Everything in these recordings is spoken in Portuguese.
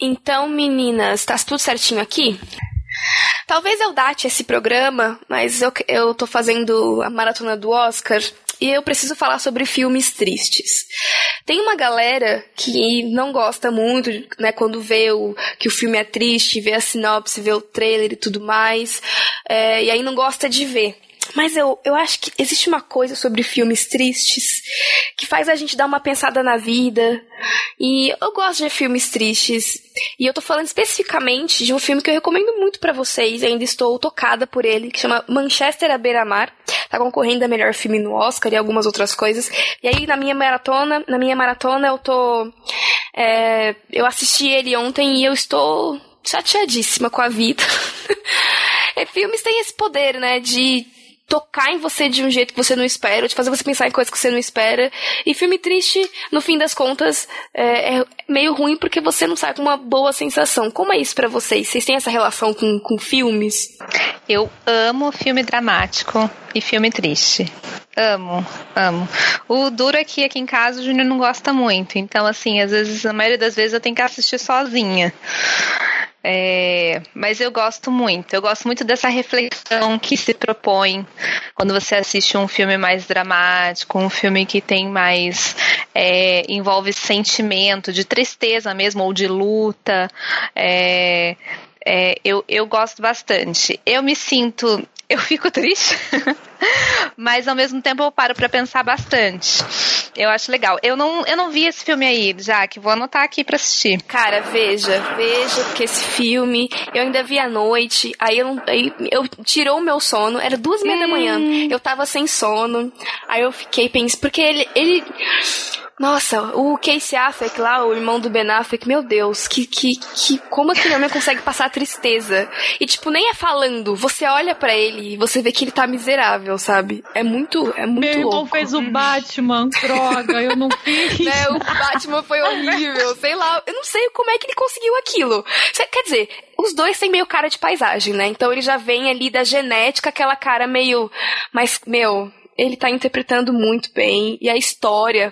Então, meninas, tá tudo certinho aqui? Talvez eu date esse programa, mas eu tô fazendo a maratona do Oscar e eu preciso falar sobre filmes tristes. Tem uma galera que não gosta muito, né, quando vê que o filme é triste, vê a sinopse, vê o trailer e tudo mais, e aí não gosta de ver. Mas eu acho que existe uma coisa sobre filmes tristes que faz a gente dar uma pensada na vida. E eu gosto de filmes tristes. E eu tô falando especificamente de um filme que eu recomendo muito pra vocês. Ainda estou tocada por ele, que chama Manchester à beira-mar. Tá concorrendo a melhor filme no Oscar e algumas outras coisas. E aí na minha maratona eu tô... eu assisti ele ontem e eu estou chateadíssima com a vida. Filmes têm esse poder, né, de tocar em você de um jeito que você não espera, de fazer você pensar em coisas que você não espera. E filme triste, no fim das contas, é meio ruim porque você não sai com uma boa sensação. Como é isso pra vocês? Vocês têm essa relação com filmes? Eu amo filme dramático e filme triste. Amo. O duro é que aqui em casa o Júnior não gosta muito. Então, assim, às vezes, a maioria das vezes eu tenho que assistir sozinha. Mas eu gosto muito dessa reflexão que se propõe quando você assiste um filme mais dramático, um filme que tem mais, envolve sentimento de tristeza mesmo, ou de luta. Eu gosto bastante. Eu fico triste, mas ao mesmo tempo eu paro pra pensar bastante. Eu acho legal. Eu não vi esse filme aí, Jaque. Vou anotar aqui pra assistir. Cara, veja, porque esse filme eu ainda vi à noite. Aí eu tirou o meu sono. Era 2:30 da manhã. Eu tava sem sono. Aí eu fiquei pensando, porque ele nossa, o Casey Affleck lá, o irmão do Ben Affleck, meu Deus, como aquele homem consegue passar tristeza? E tipo, nem é falando, você olha pra ele e você vê que ele tá miserável, sabe? É muito louco. Meu irmão fez o Batman, droga, eu não fiz. Né, o Batman foi horrível, sei lá, eu não sei como é que ele conseguiu aquilo. Quer dizer, os dois têm meio cara de paisagem, né? Então ele já vem ali da genética, aquela cara meio... Mas, ele tá interpretando muito bem. E a história...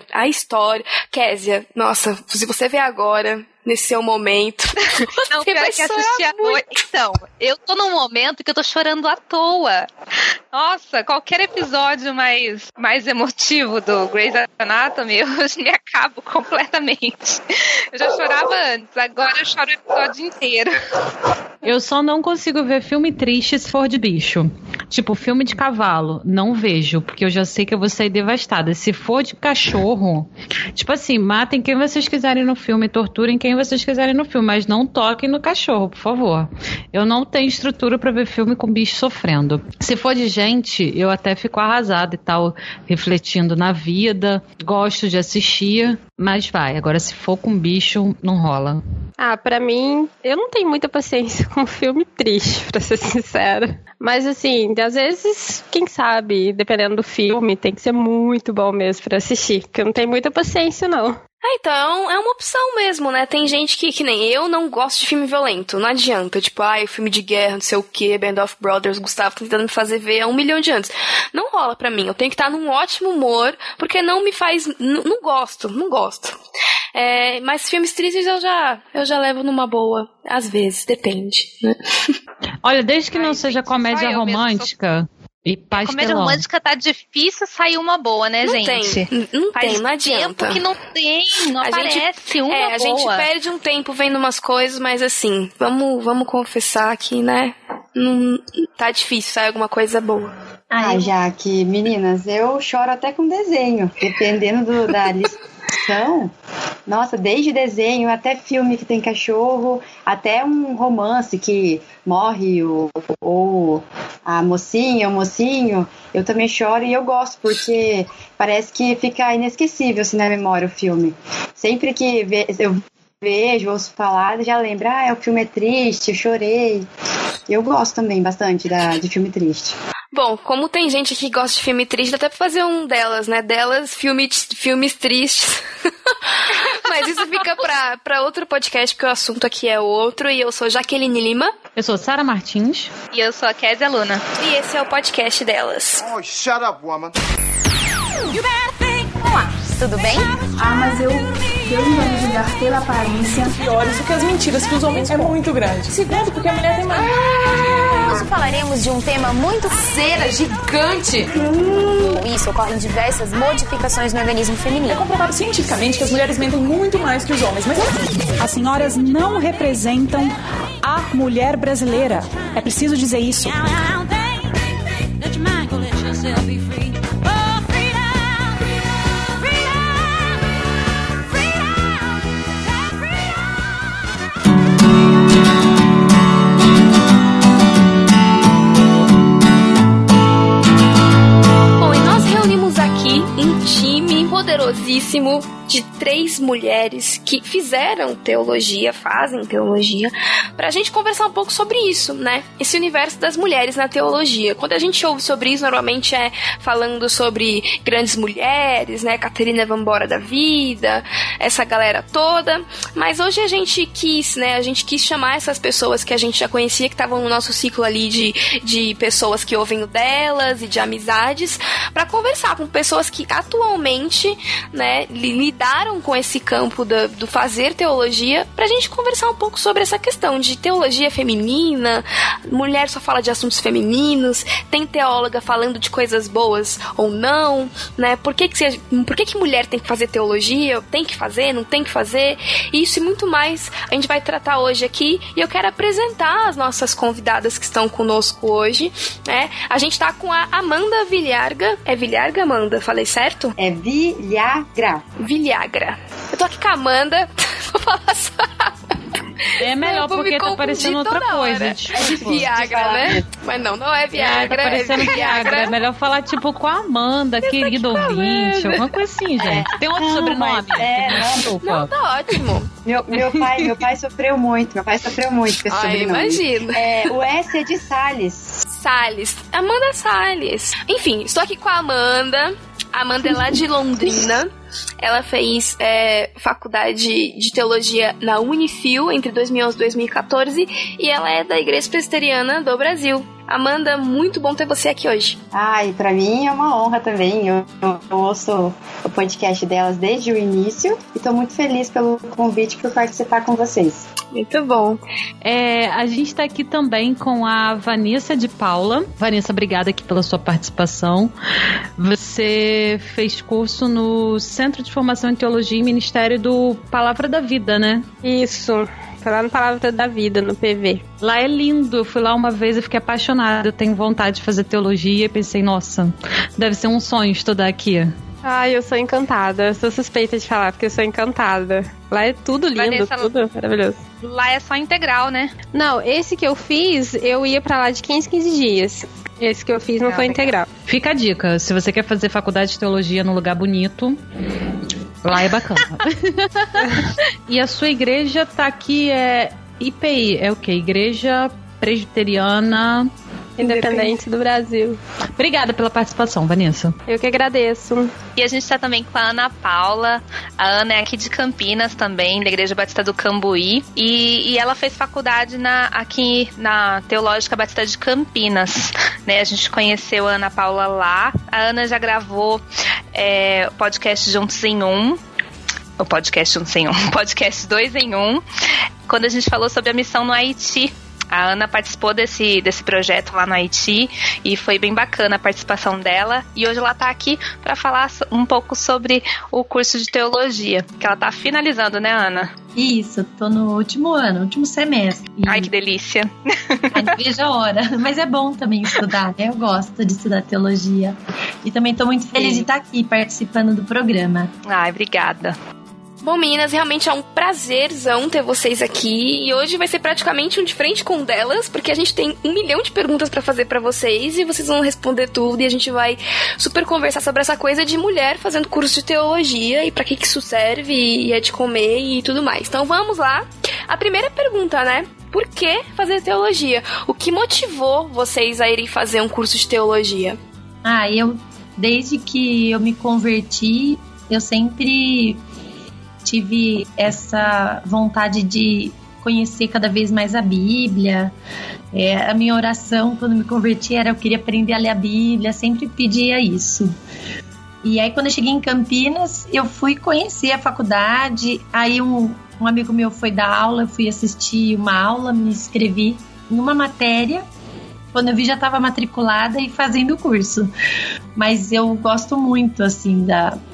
Kézia, nossa, se você vê agora, nesse seu momento... Não, pior que assistir à noite... Então, eu tô num momento que eu tô chorando à toa. Nossa, qualquer episódio mais emotivo do Grey's Anatomy, eu me acabo completamente. Eu já chorava antes, agora eu choro o episódio inteiro. Eu só não consigo ver filme triste se for de bicho. Tipo, filme de cavalo, não vejo, porque eu já sei que eu vou sair devastada. Se for de cachorro, tipo assim, matem quem vocês quiserem no filme, torturem quem vocês quiserem no filme, mas não toquem no cachorro, por favor. Eu não tenho estrutura pra ver filme com bicho sofrendo. Se for de gente, eu até fico arrasada e tal, refletindo na vida, gosto de assistir, mas vai. Agora, se for com bicho, não rola. Pra mim, eu não tenho muita paciência com filme triste, pra ser sincera. Mas assim, às vezes, quem sabe, dependendo do filme, tem que ser muito bom mesmo pra assistir, porque eu não tenho muita paciência, não. Então, é uma opção mesmo, né? Tem gente que nem eu, não gosto de filme violento. Não adianta. Tipo, filme de guerra, não sei o que, Band of Brothers, Gustavo tá tentando me fazer ver há 1 milhão de anos. Não rola pra mim. Eu tenho que estar num ótimo humor, porque não me faz... Não gosto. Mas filmes tristes eu já levo numa boa. Às vezes, depende, né? Olha, desde que não seja comédia romântica... E pastelão. Comédia romântica tá difícil sair uma boa, né, gente? Não adianta. Tempo que não aparece uma boa. A gente perde um tempo vendo umas coisas, mas assim, vamos confessar que, né, não, tá difícil sair alguma coisa boa. Jaque, meninas, eu choro até com desenho, dependendo da lista. Nossa, desde desenho até filme que tem cachorro, até um romance que morre ou a mocinha, o mocinho, eu também choro e eu gosto, porque parece que fica inesquecível assim na memória o filme. Sempre que eu vejo, ouço falar, já lembro, o filme é triste, eu chorei. Eu gosto também bastante de filme triste. Bom, como tem gente que gosta de filme triste, dá até pra fazer um delas, né? Filmes tristes. Mas isso fica pra outro podcast, porque o assunto aqui é outro. E eu sou Jaqueline Lima. Eu sou Sara Martins. E eu sou a Kézia Luna. E esse é o podcast delas. Oh, shut up, woman. Olá, tudo bem? Mas eu Deus não vai nos julgar pela aparência. Piores do que as mentiras que os homens é muito grande. Segundo, porque a mulher tem mais. Hoje falaremos de um tema muito cera, gigante. Com isso, ocorrem diversas modificações no organismo feminino. É comprovado cientificamente que as mulheres mentem muito mais que os homens, mas as senhoras não representam a mulher brasileira. É preciso dizer isso. Poderosíssimo de 3 mulheres que fizeram teologia, fazem teologia, pra gente conversar um pouco sobre isso, né? Esse universo das mulheres na teologia. Quando a gente ouve sobre isso, normalmente é falando sobre grandes mulheres, né? Caterina Vambora da vida, essa galera toda. Mas hoje a gente quis, né? A gente quis chamar essas pessoas que a gente já conhecia, que estavam no nosso ciclo ali de pessoas que ouvem o delas e de amizades, pra conversar com pessoas que atualmente, né, lidaram com esse campo do fazer teologia, pra gente conversar um pouco sobre essa questão de teologia feminina. Mulher só fala de assuntos femininos, tem teóloga falando de coisas boas ou não, né? Por que mulher tem que fazer teologia? Tem que fazer? Não tem que fazer? Isso e muito mais a gente vai tratar hoje aqui, e eu quero apresentar as nossas convidadas que estão conosco hoje, né? A gente tá com a Amanda Vilharga. É Vilharga, Amanda? Falei certo? É Vilhagra. Vilhagra. Eu tô aqui com a Amanda. Vou falar só. É melhor porque tá parecendo outra coisa. Viagra, né? Mas não é Viagra. Tá parecendo Viagra. É melhor falar tipo com a Amanda, querida ouvinte. Alguma coisa assim, gente. Tem outro sobrenome? Não, tá ótimo. Meu pai sofreu muito. Meu pai sofreu muito com esse sobrenome. Imagino. O S é de Salles. Amanda Salles. Enfim, estou aqui com a Amanda. A Amanda é lá de Londrina. Ela fez faculdade de teologia na Unifil entre 2011 e 2014 e ela é da Igreja Presbiteriana do Brasil. Amanda, muito bom ter você aqui hoje. E pra mim é uma honra também. Eu ouço o podcast delas desde o início e tô muito feliz pelo convite por participar com vocês. Muito bom. A gente tá aqui também com a Vanessa de Paula. Vanessa, obrigada aqui pela sua participação. Você fez curso no Centro de Formação em Teologia e Ministério do Palavra da Vida, né? Isso. Foi lá no Palavra da Vida, no PV. Lá é lindo. Eu fui lá uma vez e fiquei apaixonada. Eu tenho vontade de fazer teologia e pensei, nossa, deve ser um sonho estudar aqui. Eu sou encantada. Eu sou suspeita de falar, porque eu sou encantada. Lá é tudo lindo, Vanessa, tudo maravilhoso. Lá é só integral, né? Não, esse que eu fiz, eu ia pra lá de 15 dias. Esse que eu fiz não foi integral. Fica a dica, se você quer fazer faculdade de teologia num lugar bonito, lá é bacana. E a sua igreja tá aqui, IPI, é o quê? Igreja Presbiteriana Independente do Brasil. Obrigada pela participação, Vanessa. Eu que agradeço. E a gente está também com a Ana Paula. A Ana é aqui de Campinas também, da Igreja Batista do Cambuí. E ela fez faculdade aqui na Teológica Batista de Campinas. Né? A gente conheceu a Ana Paula lá. A Ana já gravou o podcast Juntos em Um. O podcast Juntos em Um. Podcast 2 em 1. Quando a gente falou sobre a missão no Haiti. A Ana participou desse projeto lá no Haiti e foi bem bacana a participação dela. E hoje ela está aqui para falar um pouco sobre o curso de teologia, que ela está finalizando, né, Ana? Isso, tô no último ano, último semestre. Ai, que delícia. Não vejo a hora. Mas é bom também estudar, né? Eu gosto de estudar teologia. E também tô muito feliz de estar aqui participando do programa. Ai, obrigada. Bom, meninas, realmente é um prazerzão ter vocês aqui. E hoje vai ser praticamente um de frente com delas, porque a gente tem 1 milhão de perguntas pra fazer pra vocês e vocês vão responder tudo. E a gente vai super conversar sobre essa coisa de mulher fazendo curso de teologia e pra que isso serve e é de comer e tudo mais. Então vamos lá. A primeira pergunta, né? Por que fazer teologia? O que motivou vocês a irem fazer um curso de teologia? Desde que eu me converti, eu sempre tive essa vontade de conhecer cada vez mais a Bíblia. A minha oração quando me converti era eu queria aprender a ler a Bíblia, sempre pedia isso. E aí, quando eu cheguei em Campinas, eu fui conhecer a faculdade. Aí um amigo meu foi dar aula, eu fui assistir uma aula, me inscrevi em uma matéria. Quando eu vi, já estava matriculada e fazendo o curso. Mas eu gosto muito, assim,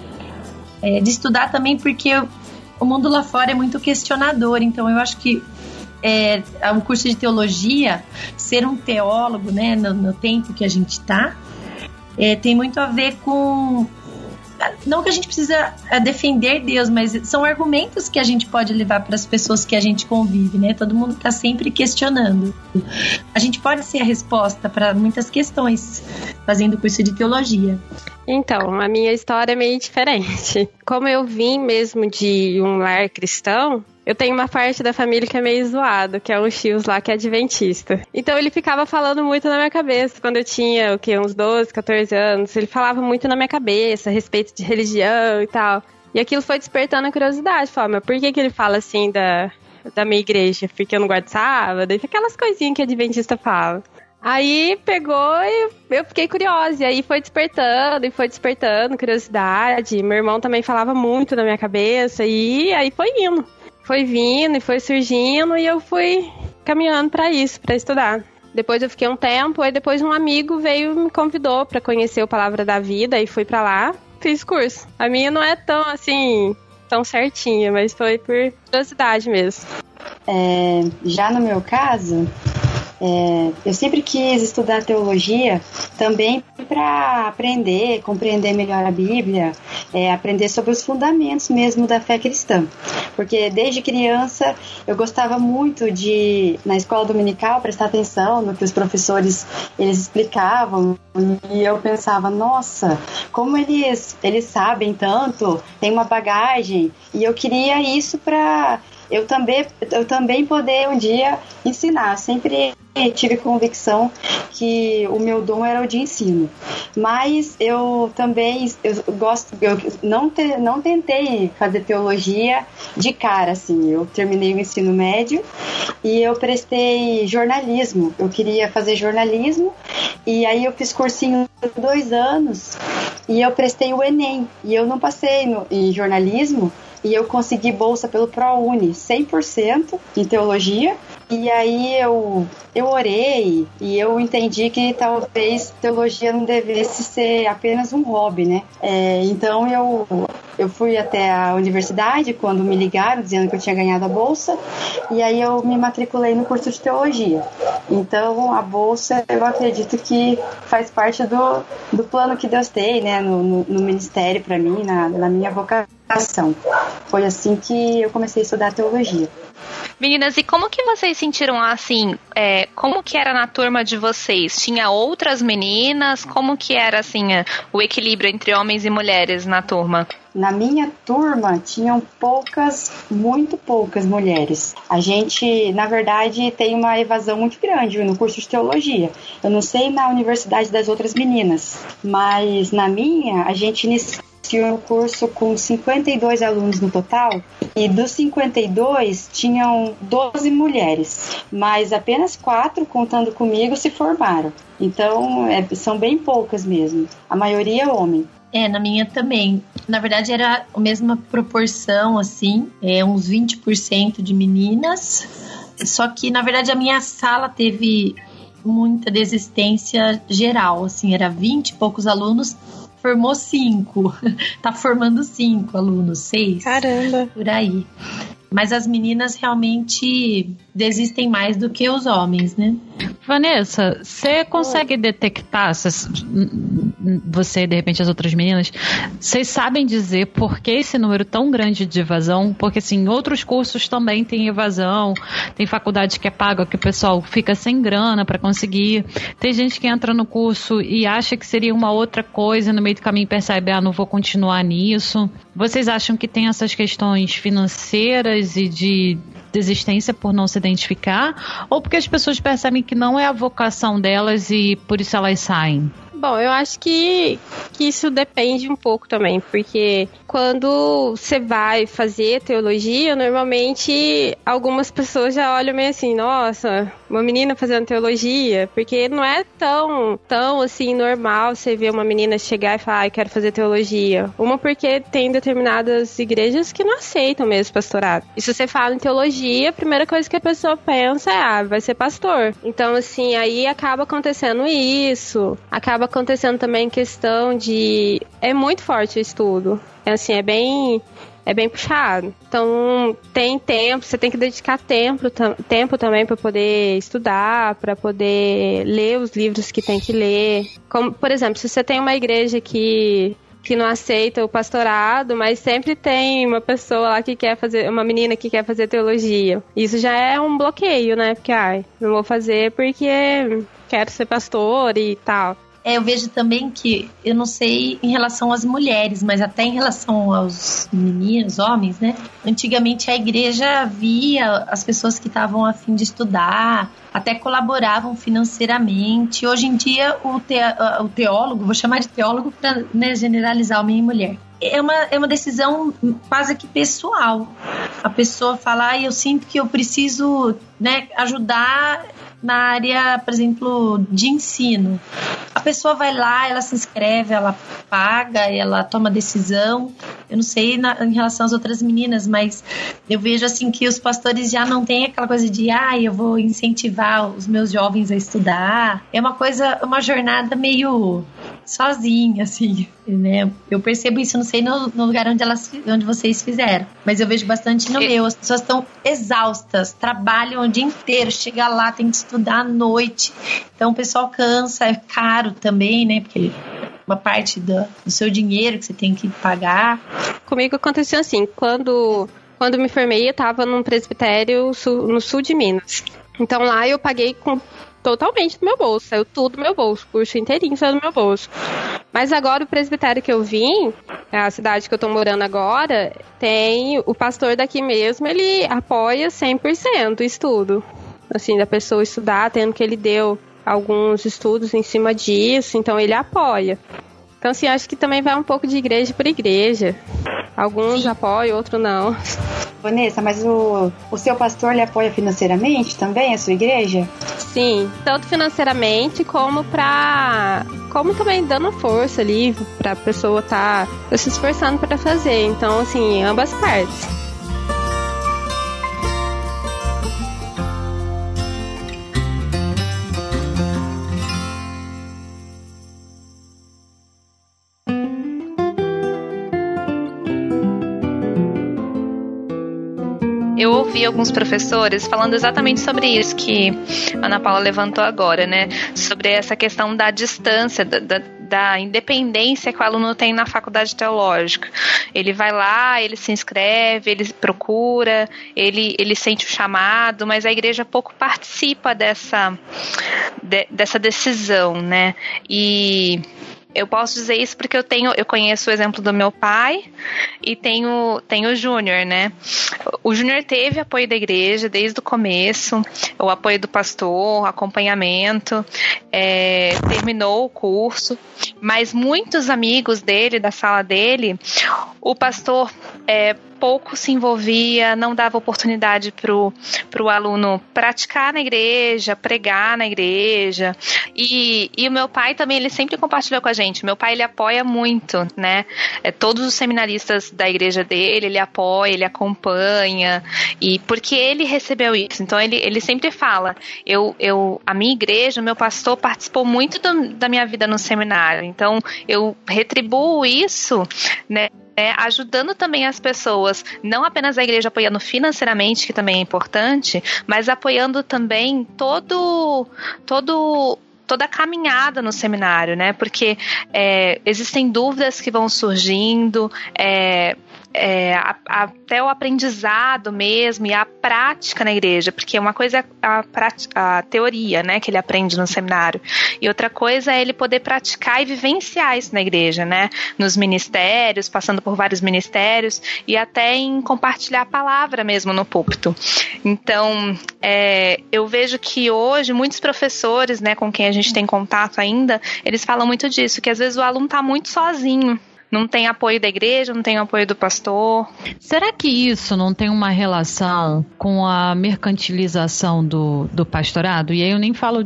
de estudar também, porque o mundo lá fora é muito questionador. Então, eu acho que um curso de teologia, ser um teólogo, né, no tempo que a gente está, tem muito a ver com... Não que a gente precisa defender Deus, mas são argumentos que a gente pode levar para as pessoas que a gente convive, né? Todo mundo está sempre questionando. A gente pode ser a resposta para muitas questões fazendo o curso de teologia. Então, a minha história é meio diferente. Como eu vim mesmo de um lar cristão, eu tenho uma parte da família que é meio zoado, que é um tios lá que é adventista. Então ele ficava falando muito na minha cabeça. Quando eu tinha, uns 12, 14 anos, ele falava muito na minha cabeça a respeito de religião e tal. E aquilo foi despertando a curiosidade. Falei, mas por que ele fala assim da minha igreja? Porque eu não guardo sábado? Aquelas coisinhas que adventista fala. Aí pegou e eu fiquei curiosa. E aí foi despertando curiosidade. Meu irmão também falava muito na minha cabeça. E aí foi indo. Foi vindo e foi surgindo e eu fui caminhando para isso, para estudar. Depois eu fiquei um tempo, aí depois um amigo veio e me convidou para conhecer o Palavra da Vida e fui para lá, fiz curso. A minha não é tão certinha, mas foi por curiosidade mesmo. Já no meu caso, eu sempre quis estudar teologia também para compreender melhor a Bíblia, aprender sobre os fundamentos mesmo da fé cristã. Porque desde criança eu gostava muito de, na escola dominical, prestar atenção no que os professores eles explicavam, e eu pensava, nossa, como eles sabem tanto, tem uma bagagem, e eu queria isso para eu também poder um dia ensinar. Sempre tive convicção que o meu dom era o de ensino, mas eu não tentei fazer teologia de cara, assim. Eu terminei o ensino médio e eu prestei jornalismo. Eu queria fazer jornalismo e aí eu fiz cursinho 2 anos e eu prestei o Enem e eu não passei em jornalismo. E eu consegui bolsa pelo ProUni, 100% em teologia. E aí eu orei e eu entendi que talvez teologia não devesse ser apenas um hobby, né? Então eu fui até a universidade quando me ligaram dizendo que eu tinha ganhado a bolsa. E aí eu me matriculei no curso de teologia. Então a bolsa eu acredito que faz parte do plano que Deus tem, né? No ministério para mim, na minha vocação. Foi assim que eu comecei a estudar teologia. Meninas, e como que vocês sentiram assim, como que era na turma de vocês? Tinha outras meninas? Como que era assim o equilíbrio entre homens e mulheres na turma? Na minha turma tinham muito poucas mulheres. A gente, na verdade, tem uma evasão muito grande no curso de teologia. Eu não sei na universidade das outras meninas, mas na minha a gente iniciou o curso com 52 alunos no total, e dos 52 tinham 12 mulheres, mas apenas 4, contando comigo, se formaram. Então são bem poucas mesmo, a maioria é homem. Na minha também. Na verdade era a mesma proporção, assim, uns 20% de meninas, só que na verdade a minha sala teve muita desistência geral, assim, era 20 e poucos alunos, formou 5. Tá formando 5 alunos, 6. Caramba. Por aí. Mas as meninas realmente desistem mais do que os homens, né? Vanessa, você consegue detectar, você, de repente, as outras meninas, vocês sabem dizer por que esse número tão grande de evasão? Porque, assim, outros cursos também tem evasão, tem faculdade que é paga, que o pessoal fica sem grana para conseguir. Tem gente que entra no curso e acha que seria uma outra coisa, no meio do caminho percebe, não vou continuar nisso. Vocês acham que tem essas questões financeiras e de desistência por não se identificar, ou porque as pessoas percebem que não é a vocação delas e por isso elas saem? Bom, eu acho que isso depende um pouco também, porque quando você vai fazer teologia, normalmente algumas pessoas já olham meio assim, nossa, uma menina fazendo teologia, porque não é tão assim normal você ver uma menina chegar e falar, eu quero fazer teologia. Uma porque tem determinadas igrejas que não aceitam mesmo pastorado. E se você fala em teologia, a primeira coisa que a pessoa pensa é, vai ser pastor. Então, assim, aí acaba acontecendo isso, acaba acontecendo também questão de... É muito forte o estudo. É assim, é bem puxado. Então, tem tempo, você tem que dedicar tempo também para poder estudar, para poder ler os livros que tem que ler. Como, por exemplo, se você tem uma igreja que não aceita o pastorado, mas sempre tem uma pessoa lá que quer fazer, uma menina que quer fazer teologia. Isso já é um bloqueio, né? Porque, não vou fazer porque quero ser pastor e tal. Eu vejo também que, eu não sei em relação às mulheres, mas até em relação aos meninos, homens, né? Antigamente a igreja via as pessoas que estavam a fim de estudar, até colaboravam financeiramente. Hoje em dia o teólogo, vou chamar de teólogo para, né, generalizar homem e mulher, é uma decisão quase que pessoal. A pessoa fala, eu sinto que eu preciso, né, ajudar na área, por exemplo, de ensino. A pessoa vai lá, ela se inscreve, ela paga, ela toma decisão. Eu não sei em relação às outras meninas, mas eu vejo assim que os pastores já não têm aquela coisa de eu vou incentivar os meus jovens a estudar. É uma jornada meio sozinha, assim, né? Eu percebo isso, não sei no lugar onde vocês fizeram, mas eu vejo bastante no meu. As pessoas estão exaustas, trabalham o dia inteiro, chega lá, tem que estudar à noite, então o pessoal cansa, é caro também, né? Porque uma parte do seu dinheiro que você tem que pagar. Comigo aconteceu assim, quando me formei, eu tava num presbitério no sul de Minas. Então lá eu paguei totalmente do meu bolso, saiu tudo do meu bolso, o curso inteirinho saiu do meu bolso. Mas agora o presbitério que eu vim, a cidade que eu tô morando agora, tem o pastor daqui mesmo, ele apoia 100% o estudo. Assim, da pessoa estudar, tendo que ele deu alguns estudos em cima disso, então ele apoia. Então, assim, acho que também vai um pouco de igreja por igreja. Alguns apoiam, outros não. Vanessa, mas o seu pastor, ele apoia financeiramente também a sua igreja? Sim, tanto financeiramente como também dando força ali pra pessoa tá se esforçando para fazer. Então, assim, ambas partes. Eu ouvi alguns professores falando exatamente sobre isso que a Ana Paula levantou agora, né? Sobre essa questão da distância, da independência que o aluno tem na faculdade teológica. Ele vai lá, ele se inscreve, ele procura, ele sente o chamado, mas a igreja pouco participa dessa decisão, né? E eu posso dizer isso porque eu conheço o exemplo do meu pai e tenho o Júnior, né? O Júnior teve apoio da igreja desde o começo, o apoio do pastor, acompanhamento, terminou o curso, mas muitos amigos dele, da sala dele, o pastor pouco se envolvia, não dava oportunidade pro aluno praticar na igreja, pregar na igreja. E o meu pai também, ele sempre compartilhou com a gente. Meu pai, ele apoia muito, né? Todos os seminaristas da igreja dele, ele apoia, ele acompanha. E porque ele recebeu isso. Então, ele sempre fala, a minha igreja, o meu pastor participou muito da minha vida no seminário. Então, eu retribuo isso, né? Ajudando também as pessoas, não apenas a igreja apoiando financeiramente, que também é importante, mas apoiando também toda a caminhada no seminário, né? Porque existem dúvidas que vão surgindo, até o aprendizado mesmo e a prática na igreja, porque uma coisa é a teoria, né, que ele aprende no seminário, e outra coisa é ele poder praticar e vivenciar isso na igreja, né, nos ministérios, passando por vários ministérios e até em compartilhar a palavra mesmo no púlpito. Então, eu vejo que hoje muitos professores, né, com quem a gente tem contato ainda, eles falam muito disso, que às vezes o aluno está muito sozinho. Não tem apoio da igreja, não tem apoio do pastor. Será que isso não tem uma relação com a mercantilização do pastorado? E aí eu nem falo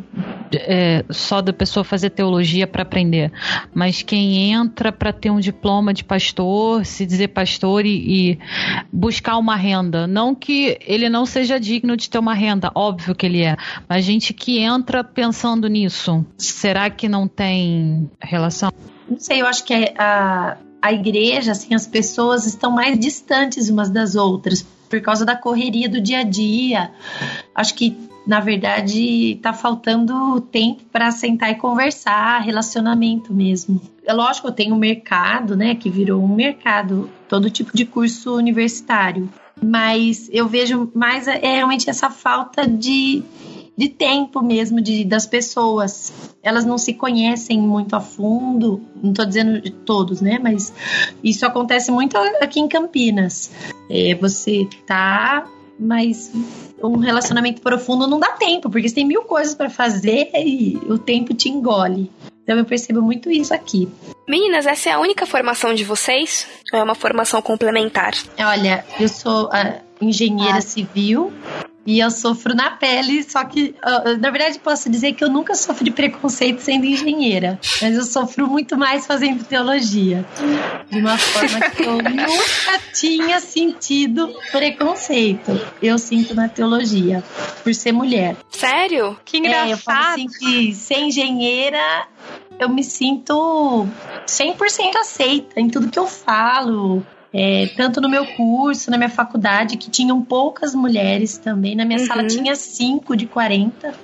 só da pessoa fazer teologia para aprender, mas quem entra para ter um diploma de pastor, se dizer pastor e buscar uma renda. Não que ele não seja digno de ter uma renda, óbvio que ele é, mas gente que entra pensando nisso. Será que não tem relação? Não sei, eu acho que a igreja, assim, as pessoas estão mais distantes umas das outras por causa da correria do dia a dia. Acho que, na verdade, tá faltando tempo para sentar e conversar, relacionamento mesmo. É lógico, eu tenho um mercado, né, que virou um mercado, todo tipo de curso universitário. Mas eu vejo mais realmente essa falta de tempo mesmo das pessoas. Elas não se conhecem muito a fundo, não estou dizendo de todos, né? Mas isso acontece muito aqui em Campinas. Você tá, mas um relacionamento profundo não dá tempo, porque você tem 1000 coisas para fazer e o tempo te engole. Então eu percebo muito isso aqui. Meninas, essa é a única formação de vocês? Ou é uma formação complementar? Olha, eu sou engenheira civil e eu sofro na pele, só que, na verdade, posso dizer que eu nunca sofri preconceito sendo engenheira, mas eu sofro muito mais fazendo teologia, de uma forma que eu nunca tinha sentido preconceito. Eu sinto na teologia, por ser mulher. Sério? Que engraçado. Eu falo assim que ser engenheira, eu me sinto 100% aceita em tudo que eu falo. Tanto no meu curso, na minha faculdade, que tinham poucas mulheres também. Na minha sala tinha 5 de 40.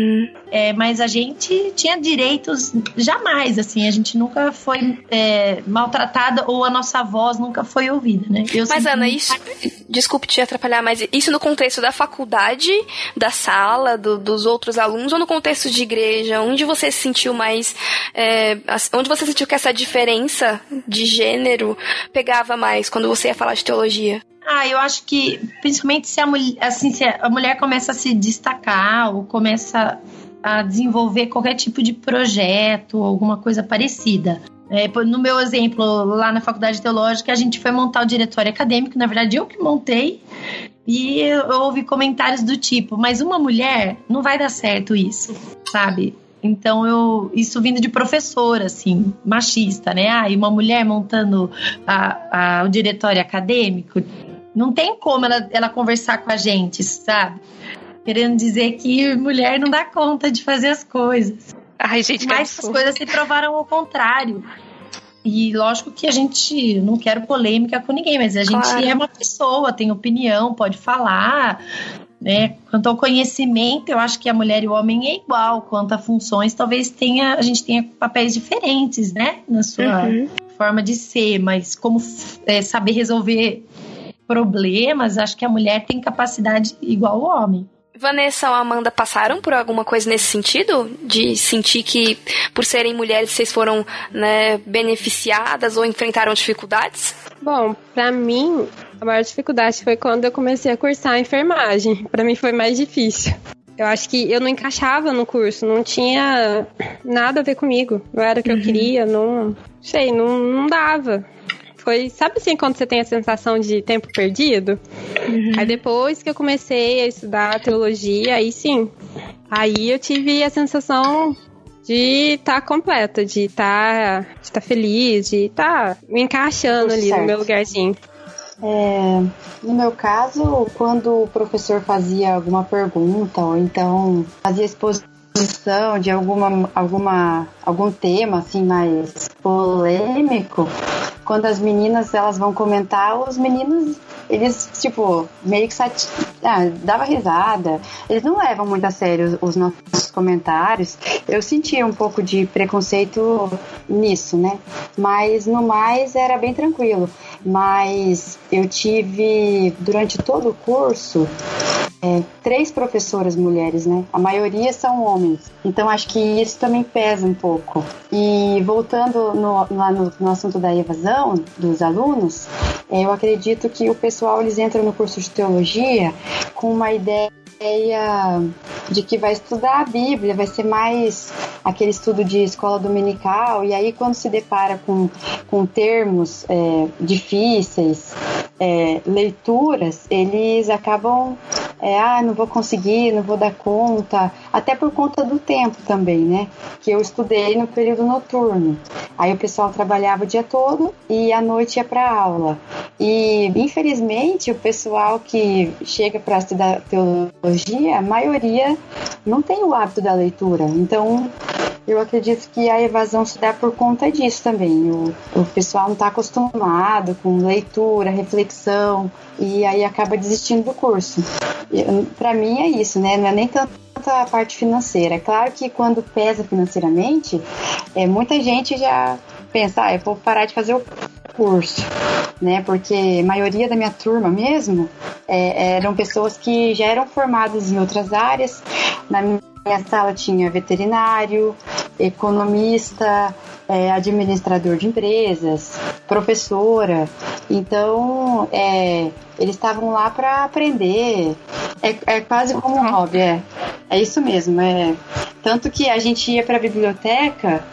Mas a gente tinha direitos jamais, assim. A gente nunca foi maltratada ou a nossa voz nunca foi ouvida, né? Mas, Ana, isso... Desculpe te atrapalhar, mas isso no contexto da faculdade, da sala, dos outros alunos, ou no contexto de igreja? Onde você se sentiu mais... onde você sentiu que essa diferença de gênero pegava mais quando você ia falar de teologia? Eu acho que, principalmente se a mulher começa a se destacar ou começa a desenvolver qualquer tipo de projeto ou alguma coisa parecida. No meu exemplo, lá na Faculdade Teológica, a gente foi montar o diretório acadêmico, na verdade eu que montei, e eu ouvi comentários do tipo, mas uma mulher, não vai dar certo isso, sabe? Então, isso vindo de professora, assim, machista, né? E uma mulher montando o diretório acadêmico, não tem como ela conversar com a gente, sabe? Querendo dizer que mulher não dá conta de fazer as coisas. Ai, gente, mas as coisas se provaram ao contrário. E lógico que a gente, não quero polêmica com ninguém, mas a gente é uma pessoa, tem opinião, pode falar... Quanto ao conhecimento, eu acho que a mulher e o homem é igual. Quanto a funções, talvez a gente tenha papéis diferentes, né? Na sua forma de ser, mas como saber resolver problemas, acho que a mulher tem capacidade igual ao homem. Vanessa ou Amanda passaram por alguma coisa nesse sentido? De sentir que, por serem mulheres, vocês foram, né, beneficiadas ou enfrentaram dificuldades? Bom, pra mim, a maior dificuldade foi quando eu comecei a cursar a enfermagem. Pra mim foi mais difícil. Eu acho que eu não encaixava no curso, não tinha nada a ver comigo. Não era o que eu queria, não dava. Foi, sabe assim, quando você tem a sensação de tempo perdido? Aí depois que eu comecei a estudar teologia, aí sim. Aí eu tive a sensação de estar completa, de estar feliz, de estar me encaixando ali no meu lugarzinho. No meu caso, quando o professor fazia alguma pergunta, ou então fazia exposição de algum tema assim mais polêmico, quando as meninas elas vão comentar, os meninos, eles, tipo, meio que dava risada. Eles não levam muito a sério os nossos comentários. Eu sentia um pouco de preconceito nisso, né? Mas no mais era bem tranquilo. Mas eu tive, durante todo o curso, 3 professoras mulheres, né? A maioria são homens. Então acho que isso também pesa um pouco. E voltando no assunto da evasão dos alunos, eu acredito que o pessoal, eles entram no curso de teologia com uma ideia de que vai estudar a Bíblia, vai ser mais aquele estudo de escola dominical, e aí quando se depara com termos difíceis, leituras, eles acabam não vou conseguir, não vou dar conta, até por conta do tempo também, né? Que eu estudei no período noturno. Aí o pessoal trabalhava o dia todo e à noite ia para aula. E infelizmente o pessoal que chega para estudar teologia, a maioria não tem o hábito da leitura. Então eu acredito que a evasão se dá por conta disso também. O pessoal não está acostumado com leitura, reflexão, e aí acaba desistindo do curso. Para mim é isso, né? Não é nem tanto a parte financeira. É claro que quando pesa financeiramente, muita gente já pensa, eu vou parar de fazer o curso, né? Porque a maioria da minha turma mesmo eram pessoas que já eram formadas em outras áreas. Na minha sala tinha veterinário, economista, administrador de empresas, professora. Então, eles estavam lá para aprender. É quase como um hobby, é isso mesmo. Tanto que a gente ia para a biblioteca,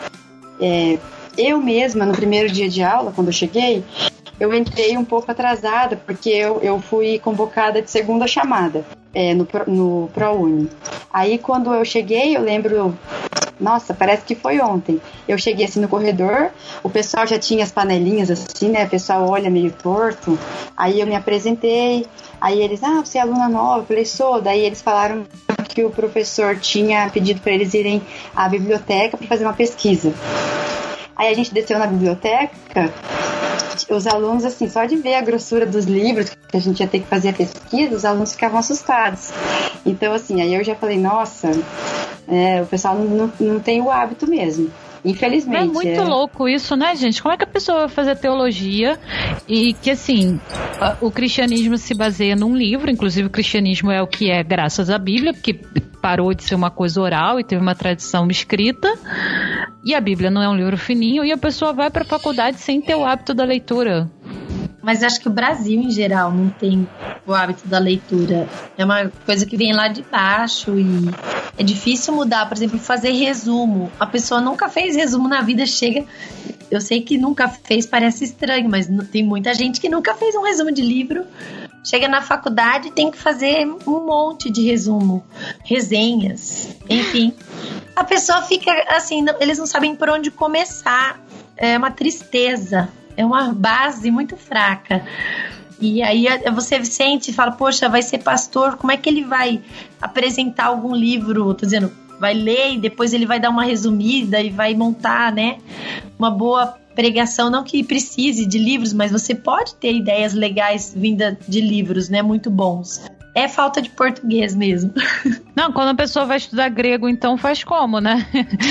eu mesma, no primeiro dia de aula, quando eu cheguei, eu entrei um pouco atrasada, porque eu fui convocada de segunda chamada no ProUni. Aí, quando eu cheguei, eu lembro... Nossa, parece que foi ontem. Eu cheguei assim no corredor, o pessoal já tinha as panelinhas assim, né? O pessoal olha meio torto. Aí eu me apresentei, aí eles, você é aluna nova? Eu falei, sou. Daí eles falaram que o professor tinha pedido para eles irem à biblioteca para fazer uma pesquisa. Aí a gente desceu na biblioteca, os alunos, assim, só de ver a grossura dos livros que a gente ia ter que fazer a pesquisa, os alunos ficavam assustados. Então, assim, aí eu já falei, nossa, o pessoal não tem o hábito mesmo. Infelizmente. É muito louco isso, né, gente? Como é que a pessoa vai fazer teologia e que, assim, o cristianismo se baseia num livro, inclusive o cristianismo é o que é graças à Bíblia, porque parou de ser uma coisa oral e teve uma tradição escrita, e a Bíblia não é um livro fininho, e a pessoa vai para a faculdade sem ter o hábito da leitura. Mas acho que o Brasil, em geral, não tem o hábito da leitura. É uma coisa que vem lá de baixo e é difícil mudar. Por exemplo, fazer resumo. A pessoa nunca fez resumo na vida, chega... Eu sei que nunca fez, parece estranho, mas tem muita gente que nunca fez um resumo de livro. Chega na faculdade e tem que fazer um monte de resumo, resenhas, enfim. A pessoa fica assim, eles não sabem por onde começar. É uma tristeza. É uma base muito fraca. E aí você sente e fala, poxa, vai ser pastor, como é que ele vai apresentar algum livro? Tô dizendo, vai ler e depois ele vai dar uma resumida e vai montar, né, uma boa pregação. Não que precise de livros, mas você pode ter ideias legais vindas de livros, né, muito bons. É falta de português mesmo. Não, quando a pessoa vai estudar grego, então faz como, né?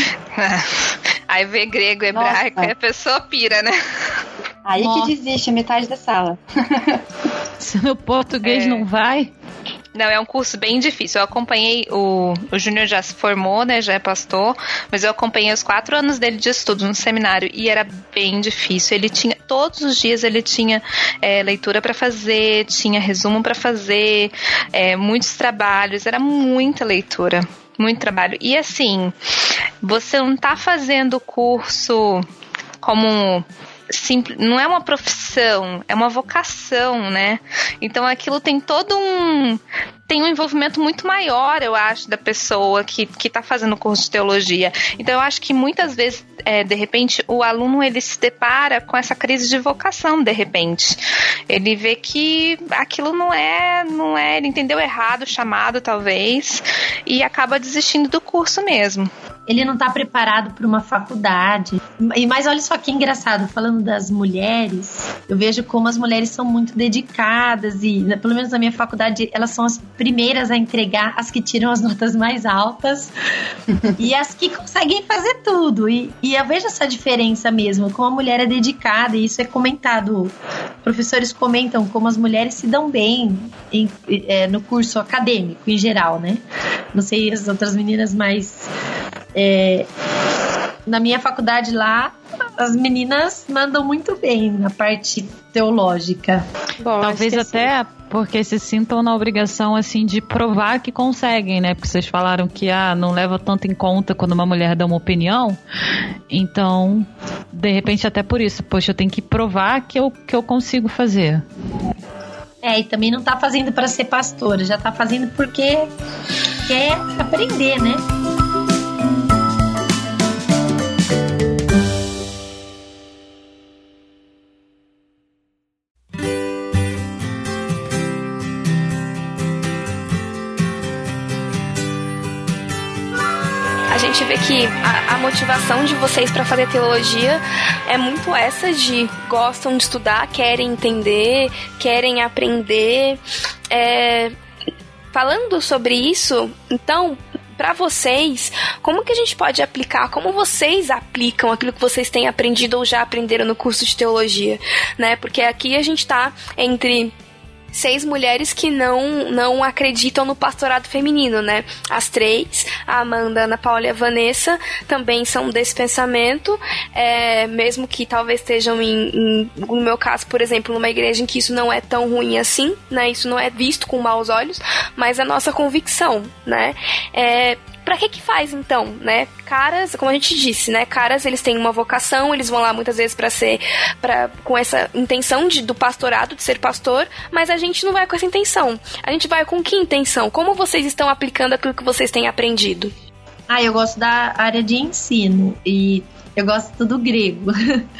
Aí vê grego, hebraico, aí a pessoa pira, né? Aí que desiste a metade da sala. Se no português não vai... Não, é um curso bem difícil. Eu acompanhei, o Júnior já se formou, né, já é pastor, mas eu acompanhei os 4 anos dele de estudo no seminário e era bem difícil. Ele tinha, todos os dias ele tinha leitura para fazer, tinha resumo para fazer, muitos trabalhos, era muita leitura, muito trabalho. E assim, você não tá fazendo o curso como... não é uma profissão, é uma vocação, né? Então aquilo tem tem um envolvimento muito maior, eu acho, da pessoa que tá fazendo o curso de teologia. Então eu acho que muitas vezes, de repente, o aluno ele se depara com essa crise de vocação, de repente. Ele vê que aquilo não é, ele entendeu errado o chamado, talvez, e acaba desistindo do curso mesmo. Ele não está preparado para uma faculdade. Mas olha só que engraçado, falando das mulheres, eu vejo como as mulheres são muito dedicadas e, pelo menos na minha faculdade, elas são as primeiras a entregar, as que tiram as notas mais altas e as que conseguem fazer tudo. E eu vejo essa diferença mesmo, como a mulher é dedicada, e isso é comentado. Professores comentam como as mulheres se dão bem no curso acadêmico em geral, né? Não sei as outras meninas, mas na minha faculdade lá, as meninas mandam muito bem na parte teológica. Bom, talvez até porque se sintam na obrigação assim de provar que conseguem, né? Porque vocês falaram que não leva tanto em conta quando uma mulher dá uma opinião. Então, de repente até por isso, poxa, eu tenho que provar que eu consigo fazer. E também não tá fazendo para ser pastora, já tá fazendo porque quer aprender, né? A gente vê que a motivação de vocês para fazer teologia é muito essa de gostam de estudar, querem entender, querem aprender. Falando sobre isso, então, para vocês, como que a gente pode aplicar, como vocês aplicam aquilo que vocês têm aprendido ou já aprenderam no curso de teologia, né? Porque aqui a gente tá entre 6 mulheres que não acreditam no pastorado feminino, né? As 3, a Amanda, a Ana Paula e a Vanessa, também são desse pensamento, mesmo que talvez estejam no meu caso, por exemplo, numa igreja em que isso não é tão ruim assim, né? Isso não é visto com maus olhos, mas a nossa convicção, né? Pra que faz então, né? Caras, como a gente disse, né? Caras, eles têm uma vocação, eles vão lá muitas vezes com essa intenção do pastorado, de ser pastor, mas a gente não vai com essa intenção. A gente vai com que intenção? Como vocês estão aplicando aquilo que vocês têm aprendido? Eu gosto da área de ensino e eu gosto do grego.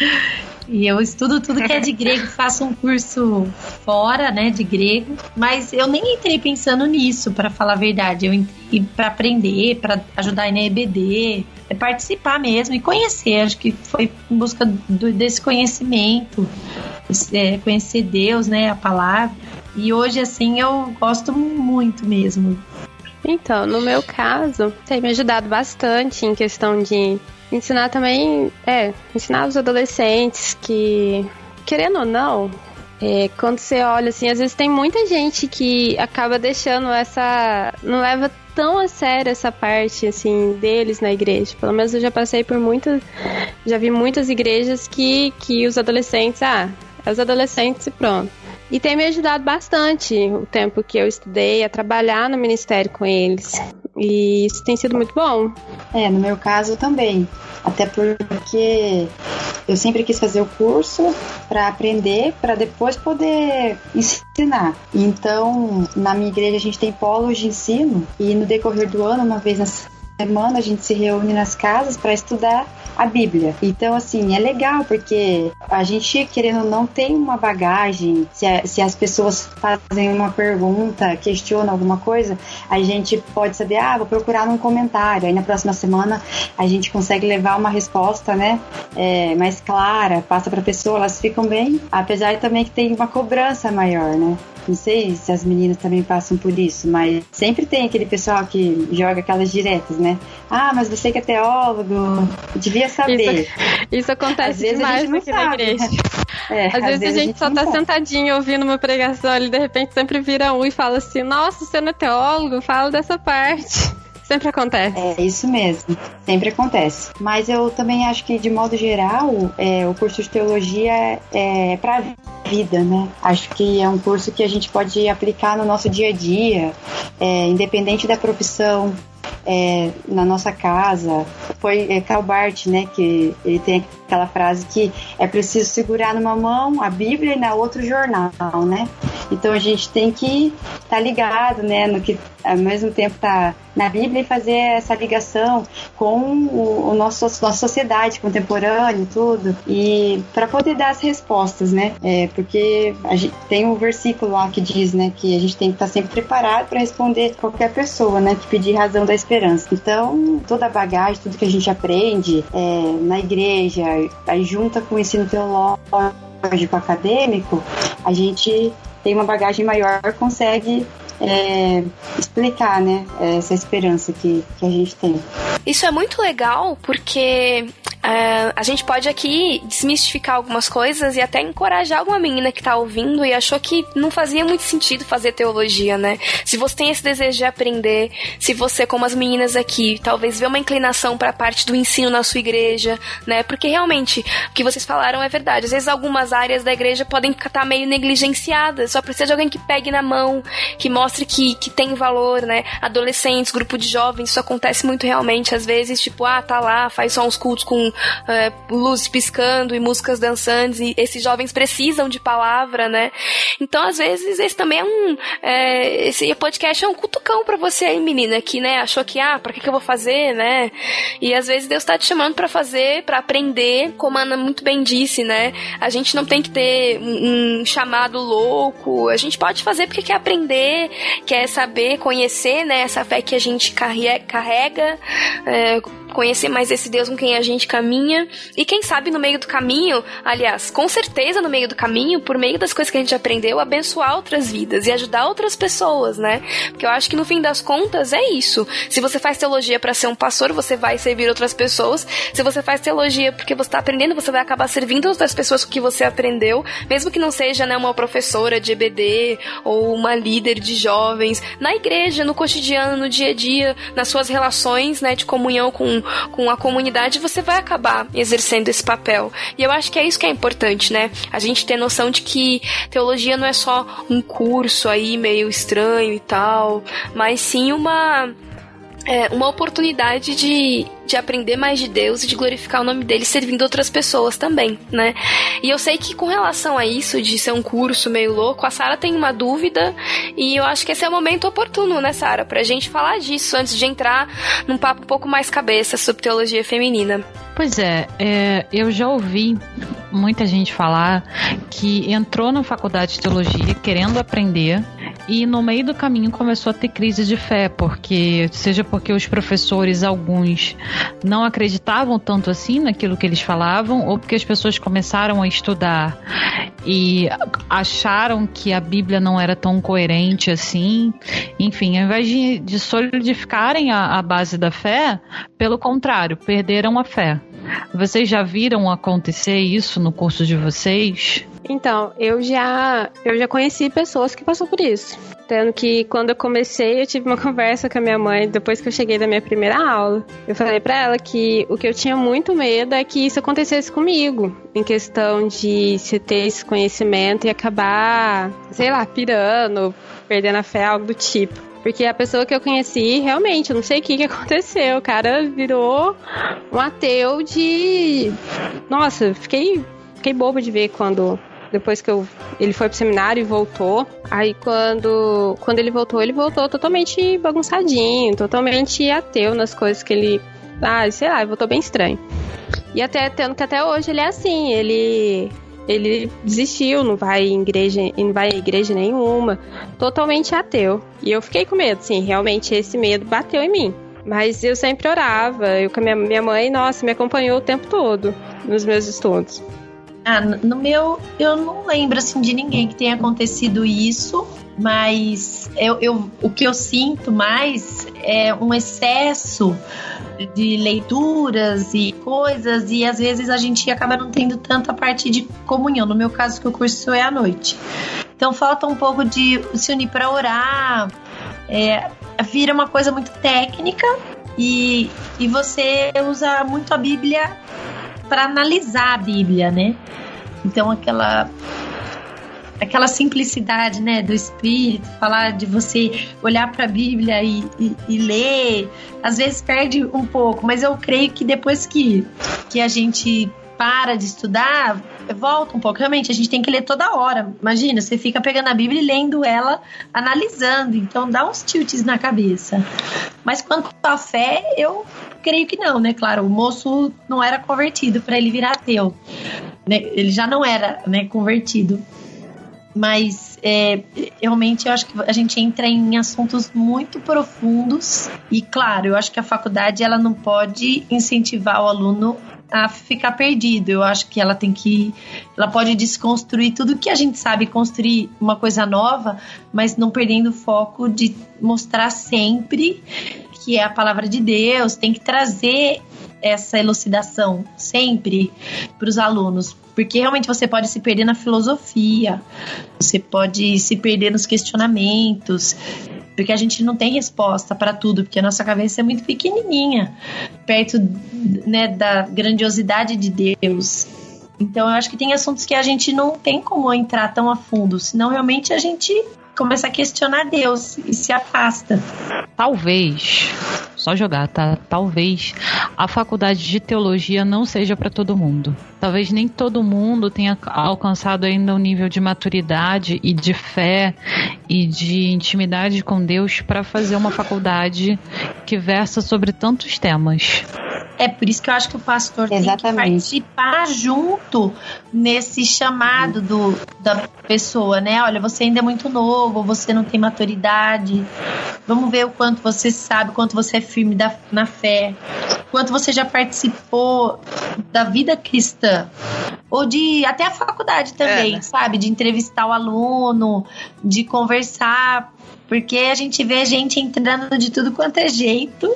E eu estudo tudo que é de grego, faço um curso fora, né, de grego, mas eu nem entrei pensando nisso, para falar a verdade. Eu entrei para aprender, para ajudar na EBD, participar mesmo e conhecer. Acho que foi em busca desse conhecimento, conhecer Deus, né, a palavra. E hoje, assim, eu gosto muito mesmo. Então, no meu caso, tem me ajudado bastante em questão de ensinar também, ensinar os adolescentes que, querendo ou não, quando você olha assim, às vezes tem muita gente que acaba deixando não leva tão a sério essa parte, assim, deles na igreja. Pelo menos eu já passei por já vi muitas igrejas que os adolescentes, os adolescentes e pronto. E tem me ajudado bastante o tempo que eu estudei a trabalhar no ministério com eles. E isso tem sido muito bom. No meu caso também. Até porque eu sempre quis fazer o curso para aprender, para depois poder ensinar. Então, na minha igreja a gente tem polos de ensino e no decorrer do ano, uma vez na semana, a gente se reúne nas casas para estudar a Bíblia. Então, assim, é legal porque a gente, querendo ou não, tem uma bagagem. Se as pessoas fazem uma pergunta, questionam alguma coisa, a gente pode saber, vou procurar num comentário. Aí na próxima semana a gente consegue levar uma resposta, né, mais clara, passa para a pessoa, elas ficam bem, apesar também que tem uma cobrança maior, né? Não sei se as meninas também passam por isso, mas sempre tem aquele pessoal que joga aquelas diretas, né? Mas você que é teólogo, devia saber. Isso acontece demais aqui na igreja. Às vezes a gente só tá sentadinho ouvindo uma pregação ali, de repente sempre vira um e fala assim, nossa, você não é teólogo? Fala dessa parte. Sempre acontece. É isso mesmo, sempre acontece. Mas eu também acho que, de modo geral, o curso de teologia é pra vida, né? Acho que é um curso que a gente pode aplicar no nosso dia a dia, independente da profissão, na nossa casa. Foi Karl Barth, né, que ele tem aquela frase que é preciso segurar numa mão a Bíblia e na outra o jornal, né? Então a gente tem que estar ligado, né, no que ao mesmo tempo tá na Bíblia e fazer essa ligação com nossa sociedade contemporânea e tudo, e para poder dar as respostas, né? Porque a gente tem um versículo lá que diz, né, que a gente tem que estar sempre preparado para responder qualquer pessoa, né, que pedir razão da esperança. Então, toda a bagagem, tudo que a gente aprende na igreja, aí junta com o ensino teológico acadêmico, a gente tem uma bagagem maior, consegue explicar, né, essa esperança que a gente tem. Isso é muito legal porque a gente pode aqui desmistificar algumas coisas e até encorajar alguma menina que tá ouvindo e achou que não fazia muito sentido fazer teologia, né? Se você tem esse desejo de aprender, se você, como as meninas aqui, talvez vê uma inclinação pra parte do ensino na sua igreja, né? Porque realmente, o que vocês falaram é verdade. Às vezes algumas áreas da igreja podem estar meio negligenciadas, só precisa de alguém que pegue na mão, que mostre que tem valor, né? Adolescentes, grupo de jovens, isso acontece muito realmente, às vezes, tipo, tá lá, faz só uns cultos com luzes piscando e músicas dançantes, e esses jovens precisam de palavra, né? Então, às vezes, esse também esse podcast é um cutucão pra você aí, menina, que, né, achou que, pra que eu vou fazer, né? E às vezes Deus tá te chamando pra fazer, pra aprender, como a Ana muito bem disse, né? A gente não tem que ter um chamado louco, a gente pode fazer porque quer aprender, quer saber, conhecer, né, essa fé que a gente carrega, conhecer mais esse Deus com quem a gente caminha, e quem sabe no meio do caminho, aliás, com certeza no meio do caminho, por meio das coisas que a gente aprendeu, abençoar outras vidas e ajudar outras pessoas, né? Porque eu acho que no fim das contas é isso. Se você faz teologia para ser um pastor, você vai servir outras pessoas. Se você faz teologia porque você está aprendendo, você vai acabar servindo outras pessoas com o que você aprendeu, mesmo que não seja, né, uma professora de EBD ou uma líder de jovens, na igreja, no cotidiano, no dia a dia, nas suas relações, né, de comunhão com a comunidade, você vai acabar exercendo esse papel. E eu acho que é isso que é importante, né? A gente ter noção de que teologia não é só um curso aí meio estranho e tal, mas sim uma oportunidade de aprender mais de Deus e de glorificar o nome dele servindo outras pessoas também, né? E eu sei que com relação a isso, de ser um curso meio louco, a Sara tem uma dúvida e eu acho que esse é o momento oportuno, né, Sara? Pra gente falar disso antes de entrar num papo um pouco mais cabeça sobre teologia feminina. Pois eu já ouvi muita gente falar que entrou na faculdade de teologia querendo aprender e no meio do caminho começou a ter crise de fé, seja porque os professores, alguns, não acreditavam tanto assim naquilo que eles falavam, ou porque as pessoas começaram a estudar e acharam que a Bíblia não era tão coerente assim. Enfim, ao invés de solidificarem a base da fé, pelo contrário, perderam a fé. Vocês já viram acontecer isso no curso de vocês? Então, eu já conheci pessoas que passaram por isso. Tendo que quando eu comecei, eu tive uma conversa com a minha mãe depois que eu cheguei da minha primeira aula. Eu falei pra ela que o que eu tinha muito medo é que isso acontecesse comigo, em questão de se ter esse conhecimento e acabar, sei lá, pirando, perdendo a fé, algo do tipo. Porque a pessoa que eu conheci, realmente, eu não sei o que aconteceu. O cara virou um ateu de... Nossa, fiquei boba de ver depois que ele foi pro seminário e voltou. Aí quando ele voltou totalmente bagunçadinho, totalmente ateu nas coisas que ele... sei lá, voltou bem estranho. E até tendo que até hoje ele é assim, ele desistiu, não vai em igreja nenhuma, totalmente ateu. E eu fiquei com medo, sim, realmente esse medo bateu em mim. Mas eu sempre orava, eu com a minha mãe, nossa, me acompanhou o tempo todo nos meus estudos. No meu, eu não lembro assim de ninguém que tenha acontecido isso, mas o que eu sinto mais é um excesso de leituras e coisas, e às vezes a gente acaba não tendo tanta parte de comunhão. No meu caso, que o curso é à noite, então falta um pouco de se unir para orar, vira uma coisa muito técnica e você usa muito a Bíblia para analisar a Bíblia, né? Então aquela simplicidade, né, do espírito, falar de você olhar para a Bíblia e ler, às vezes perde um pouco, mas eu creio que depois que a gente para de estudar, volta um pouco. Realmente, a gente tem que ler toda hora. Imagina, você fica pegando a Bíblia e lendo ela, analisando. Então, dá uns tilts na cabeça. Mas quanto à fé, eu creio que não, né? Claro, o moço não era convertido para ele virar ateu. Né? Ele já não era, né, convertido. Mas realmente eu acho que a gente entra em assuntos muito profundos. E claro, eu acho que a faculdade ela não pode incentivar o aluno a ficar perdido. Eu acho que ela pode desconstruir tudo que a gente sabe, construir uma coisa nova, mas não perdendo o foco de mostrar sempre que é a palavra de Deus. Tem que trazer essa elucidação sempre para os alunos, porque realmente você pode se perder na filosofia, você pode se perder nos questionamentos, porque a gente não tem resposta para tudo, porque a nossa cabeça é muito pequenininha, perto, né, da grandiosidade de Deus. Então eu acho que tem assuntos que a gente não tem como entrar tão a fundo, senão realmente a gente começa a questionar Deus e se afasta. Talvez, só jogar, tá? Talvez a faculdade de teologia não seja para todo mundo. Talvez nem todo mundo tenha alcançado ainda um nível de maturidade e de fé e de intimidade com Deus para fazer uma faculdade que versa sobre tantos temas. É por isso que eu acho que o pastor tem que participar junto nesse chamado da pessoa, né? Olha, você ainda é muito novo, você não tem maturidade. Vamos ver o quanto você sabe, o quanto você é firme na fé, quanto você já participou da vida cristã. Ou de até a faculdade também, sabe? De entrevistar o aluno, de conversar. Porque a gente vê gente entrando de tudo quanto é jeito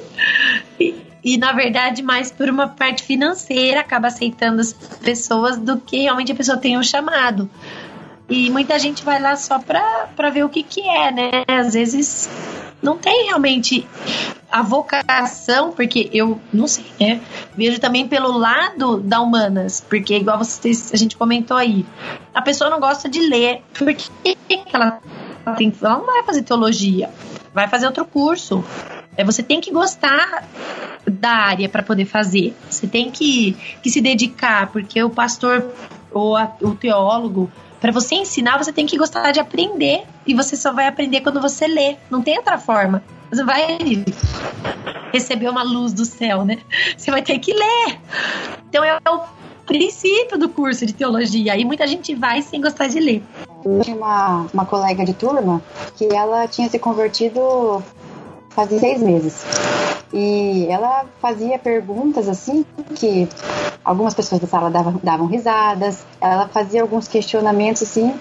e na verdade, mais por uma parte financeira, acaba aceitando as pessoas do que realmente a pessoa tem um chamado. E muita gente vai lá só pra ver o que é, né? Às vezes não tem realmente a vocação, porque eu não sei, né? Vejo também pelo lado da humanas, porque igual a gente comentou aí, a pessoa não gosta de ler, porque ela não vai fazer teologia, vai fazer outro curso. Você tem que gostar da área para poder fazer. Você tem que se dedicar, porque o pastor ou o teólogo, para você ensinar, você tem que gostar de aprender. E você só vai aprender quando você lê. Não tem outra forma. Você vai receber uma luz do céu, né? Você vai ter que ler. Então é o princípio do curso de teologia. Aí muita gente vai sem gostar de ler. Eu tinha uma colega de turma que ela tinha se convertido fazia 6 meses. E ela fazia perguntas assim que algumas pessoas da sala davam risadas. Ela fazia alguns questionamentos assim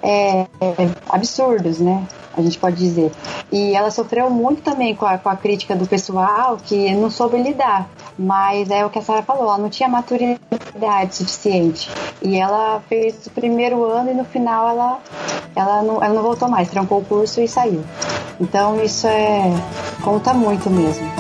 absurdos, né? A gente pode dizer. E ela sofreu muito também com a crítica do pessoal que não soube lidar. Mas é o que a Sara falou, ela não tinha maturidade suficiente. E ela fez o primeiro ano e no final ela não voltou mais, trancou o curso e saiu. Então isso conta muito mesmo.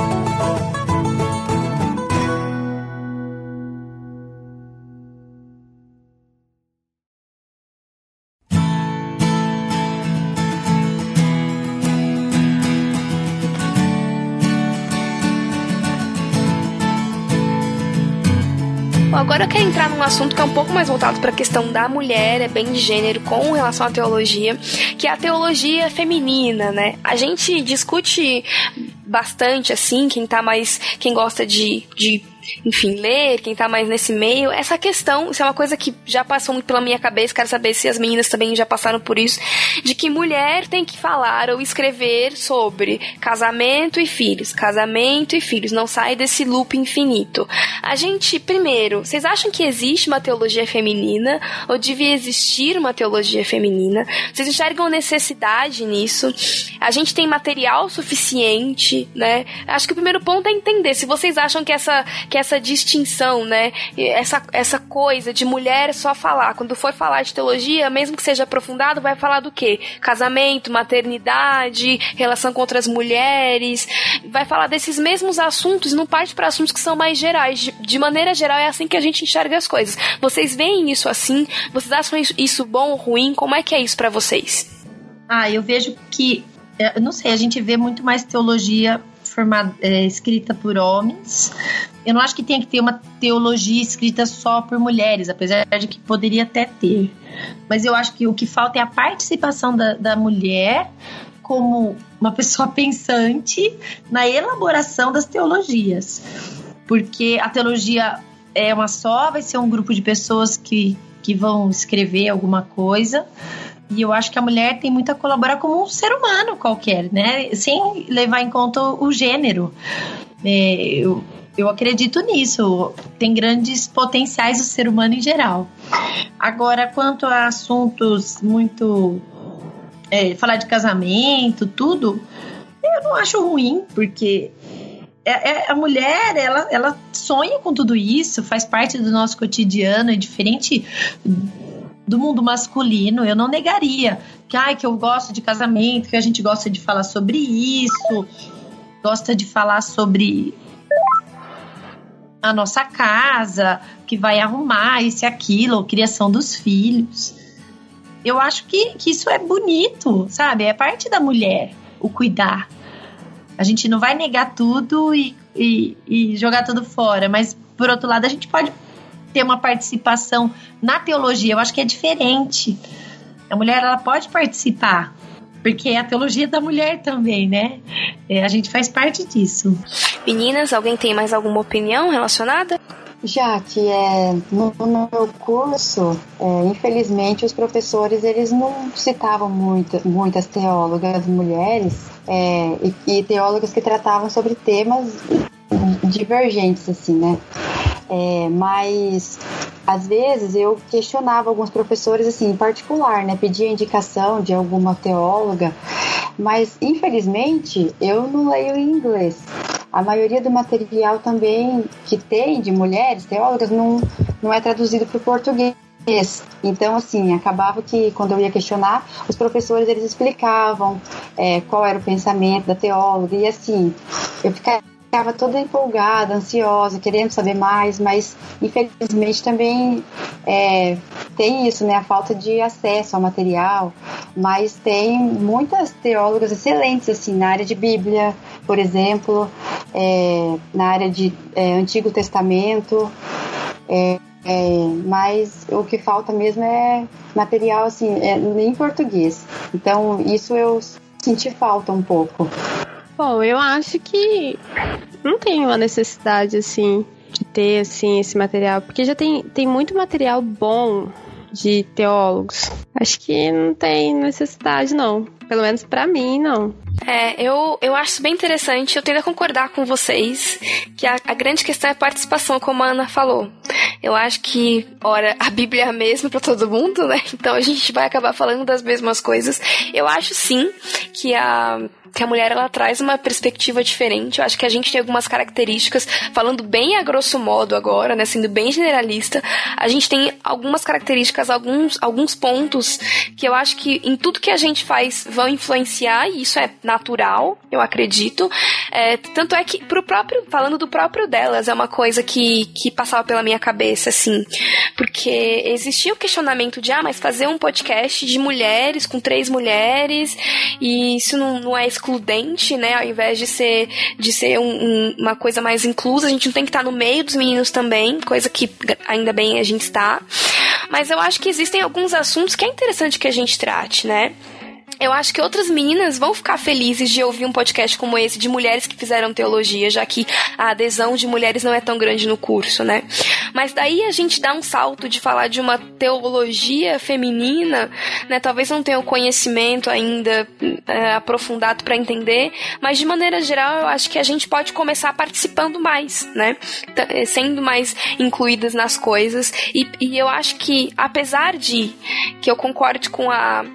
Agora eu quero entrar num assunto que é um pouco mais voltado para a questão da mulher, é bem de gênero com relação à teologia, que é a teologia feminina, né? A gente discute bastante, assim, quem gosta de enfim, ler, quem tá mais nesse meio, essa questão, isso é uma coisa que já passou muito pela minha cabeça, quero saber se as meninas também já passaram por isso, de que mulher tem que falar ou escrever sobre casamento e filhos, não sai desse loop infinito. A gente, primeiro, vocês acham que existe uma teologia feminina, ou devia existir uma teologia feminina? Vocês enxergam necessidade nisso? A gente tem material suficiente, né? Acho que o primeiro ponto é entender se vocês acham que essa distinção, né, essa coisa de mulher só falar, quando for falar de teologia, mesmo que seja aprofundado, vai falar do quê? Casamento, maternidade, relação com outras mulheres, vai falar desses mesmos assuntos, não parte para assuntos que são mais gerais. De maneira geral, é assim que a gente enxerga as coisas. Vocês veem isso assim? Vocês acham isso bom ou ruim? Como é que é isso para vocês? Eu vejo que, não sei, a gente vê muito mais teologia escrita por homens. Eu não acho que tenha que ter uma teologia escrita só por mulheres, apesar de que poderia até ter. Mas eu acho que o que falta é a participação da mulher como uma pessoa pensante na elaboração das teologias. Porque a teologia é uma só, vai ser um grupo de pessoas que vão escrever alguma coisa. E eu acho que a mulher tem muito a colaborar como um ser humano qualquer, né? Sem levar em conta o gênero. Eu acredito nisso. Tem grandes potenciais do ser humano em geral. Agora, quanto a assuntos muito... falar de casamento, tudo, eu não acho ruim, porque a mulher, ela sonha com tudo isso, faz parte do nosso cotidiano, é diferente do mundo masculino. Eu não negaria que eu gosto de casamento, que a gente gosta de falar sobre isso, gosta de falar sobre a nossa casa, que vai arrumar isso e aquilo, criação dos filhos. Eu acho que isso é bonito, sabe? É parte da mulher, o cuidar. A gente não vai negar tudo e jogar tudo fora, mas, por outro lado, a gente pode ter uma participação na teologia. Eu acho que é diferente. A mulher, ela pode participar, porque é a teologia da mulher também, né? A gente faz parte disso. Meninas, alguém tem mais alguma opinião relacionada? Já que no meu curso, infelizmente, os professores eles não citavam muitas teólogas mulheres e teólogas que tratavam sobre temas divergentes, assim, né? Mas às vezes eu questionava alguns professores assim, em particular, né? Pedia indicação de alguma teóloga, mas infelizmente eu não leio em inglês. A maioria do material também que tem de mulheres teólogas não é traduzido para o português. Então, assim, acabava que quando eu ia questionar, os professores eles explicavam qual era o pensamento da teóloga, e assim, eu ficava toda empolgada, ansiosa, querendo saber mais, mas infelizmente também tem isso, né, a falta de acesso ao material, mas tem muitas teólogas excelentes, assim, na área de Bíblia, por exemplo, na área de Antigo Testamento, mas o que falta mesmo é material, assim, em português. Então, isso eu senti falta um pouco. Bom, eu acho que não tem uma necessidade, assim, de ter, assim, esse material, porque já tem muito material bom de teólogos. Acho que não tem necessidade, não. Pelo menos pra mim, não. Eu acho isso bem interessante. Eu tendo a concordar com vocês que a grande questão é a participação, como a Ana falou. Eu acho que, ora, a Bíblia é a mesma pra todo mundo, né? Então a gente vai acabar falando das mesmas coisas. Eu acho sim que a mulher, ela traz uma perspectiva diferente. Eu acho que a gente tem algumas características, falando bem a grosso modo agora, né, sendo bem generalista, a gente tem algumas características, alguns pontos que eu acho que em tudo que a gente faz vão influenciar, e isso é natural, eu acredito. Tanto é que, falando do próprio delas, é uma coisa que passava pela minha cabeça, assim, porque existia o questionamento de, mas fazer um podcast de mulheres, com 3 mulheres, e isso não é excludente, né? Ao invés de ser uma coisa mais inclusa, a gente não tem que estar no meio dos meninos também, coisa que ainda bem a gente está. Mas eu acho que existem alguns assuntos que é interessante que a gente trate, né? Eu acho que outras meninas vão ficar felizes de ouvir um podcast como esse de mulheres que fizeram teologia, já que a adesão de mulheres não é tão grande no curso, né? Mas daí a gente dá um salto de falar de uma teologia feminina, né? Talvez não tenha o conhecimento ainda aprofundado para entender, mas de maneira geral eu acho que a gente pode começar participando mais, né? Sendo mais incluídas nas coisas, e eu acho que, apesar de que eu concorde com a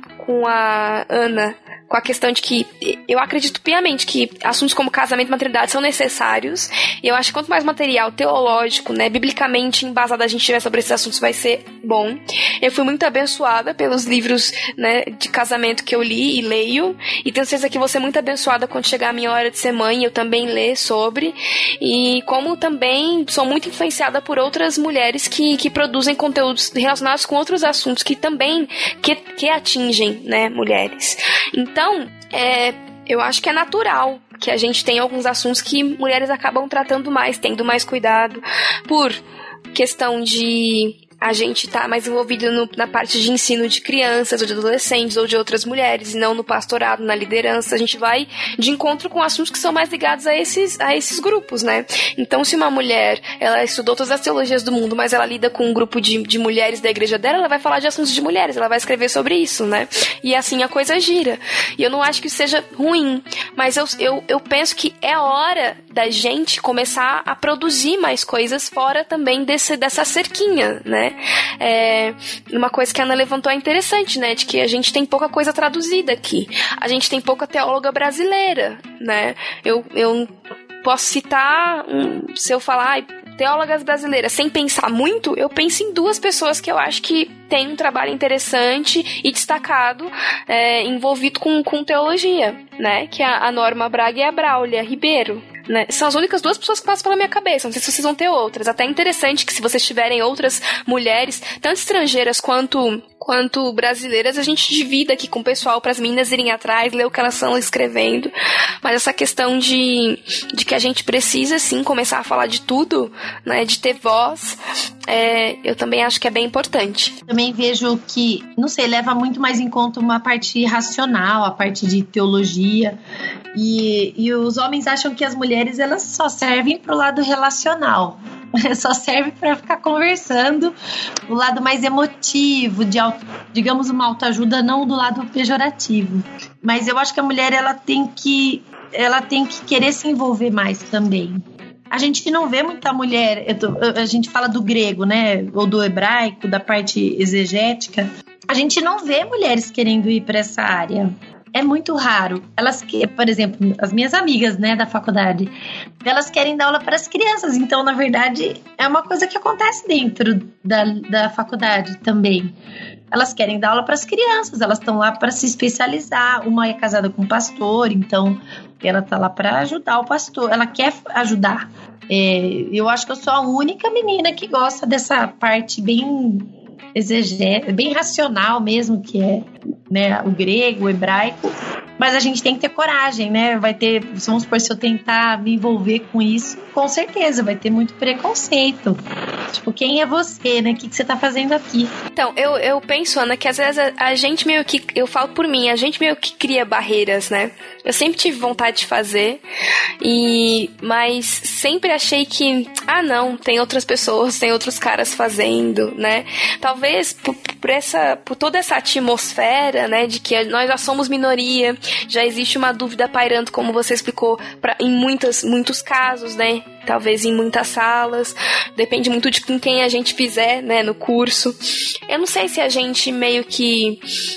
Ana, com a questão de que eu acredito piamente que assuntos como casamento e maternidade são necessários, e eu acho que quanto mais material teológico, né, biblicamente embasado a gente tiver sobre esses assuntos, vai ser bom. Eu fui muito abençoada pelos livros, né, de casamento que eu li e leio, e tenho certeza que vou ser muito abençoada quando chegar a minha hora de ser mãe, eu também ler sobre, e como também sou muito influenciada por outras mulheres que produzem conteúdos relacionados com outros assuntos que também que atingem, né, mulheres. Então, eu acho que é natural que a gente tem alguns assuntos que mulheres acabam tratando mais, tendo mais cuidado, por questão de a gente tá mais envolvido na parte de ensino de crianças ou de adolescentes ou de outras mulheres, e não no pastorado, na liderança. A gente vai de encontro com assuntos que são mais ligados a esses grupos, né? Então, se uma mulher, ela estudou todas as teologias do mundo, mas ela lida com um grupo de mulheres da igreja dela, ela vai falar de assuntos de mulheres, ela vai escrever sobre isso, né? E assim a coisa gira. E eu não acho que isso seja ruim, mas eu penso que é hora da gente começar a produzir mais coisas fora também dessa cerquinha, né? Uma coisa que a Ana levantou é interessante, né? De que a gente tem pouca coisa traduzida aqui. A gente tem pouca teóloga brasileira, né? Eu posso citar, se eu falar teólogas brasileiras, sem pensar muito, eu penso em 2 pessoas que eu acho que tem um trabalho interessante e destacado, envolvido com teologia, né? Que é a Norma Braga e a Bráulia Ribeiro. Né? São as únicas 2 pessoas que passam pela minha cabeça. Não sei se vocês vão ter outras. Até é interessante que, se vocês tiverem outras mulheres, tanto estrangeiras quanto brasileiras, a gente divida aqui com o pessoal para as meninas irem atrás, ler o que elas estão escrevendo. Mas essa questão de que a gente precisa sim começar a falar de tudo, né? De ter voz, eu também acho que é bem importante. Também vejo que, não sei, leva muito mais em conta uma parte racional, a parte de teologia. E os homens acham que as mulheres, elas só servem pro lado relacional. Só serve para ficar conversando, o lado mais emotivo, digamos, uma autoajuda, não do lado pejorativo. Mas eu acho que a mulher, ela tem que querer se envolver mais também. A gente não vê muita mulher, a gente fala do grego, né, ou do hebraico, da parte exegética. A gente não vê mulheres querendo ir para essa área. É muito raro. Elas, por exemplo, as minhas amigas, né, da faculdade, elas querem dar aula para as crianças. Então, na verdade, é uma coisa que acontece dentro da faculdade também. Elas querem dar aula para as crianças, elas estão lá para se especializar. Uma é casada com um pastor, então ela está lá para ajudar o pastor. Ela quer ajudar. Eu acho que eu sou a única menina que gosta dessa parte bem bem racional mesmo, que é, né, o grego, o hebraico. Mas a gente tem que ter coragem, né? Vamos supor, se eu tentar me envolver com isso, com certeza vai ter muito preconceito. Tipo, quem é você, né? O que você tá fazendo aqui? Então, eu penso, Ana, que às vezes a gente meio que, eu falo por mim, a gente meio que cria barreiras, né? Eu sempre tive vontade de fazer, mas sempre achei que, não, tem outras pessoas, tem outros caras fazendo, né? Talvez por toda essa atmosfera, né, de que nós já somos minoria, já existe uma dúvida pairando, como você explicou, em muitos casos, né? Talvez em muitas salas, depende muito de com quem a gente fizer, né, no curso. Eu não sei se a gente meio que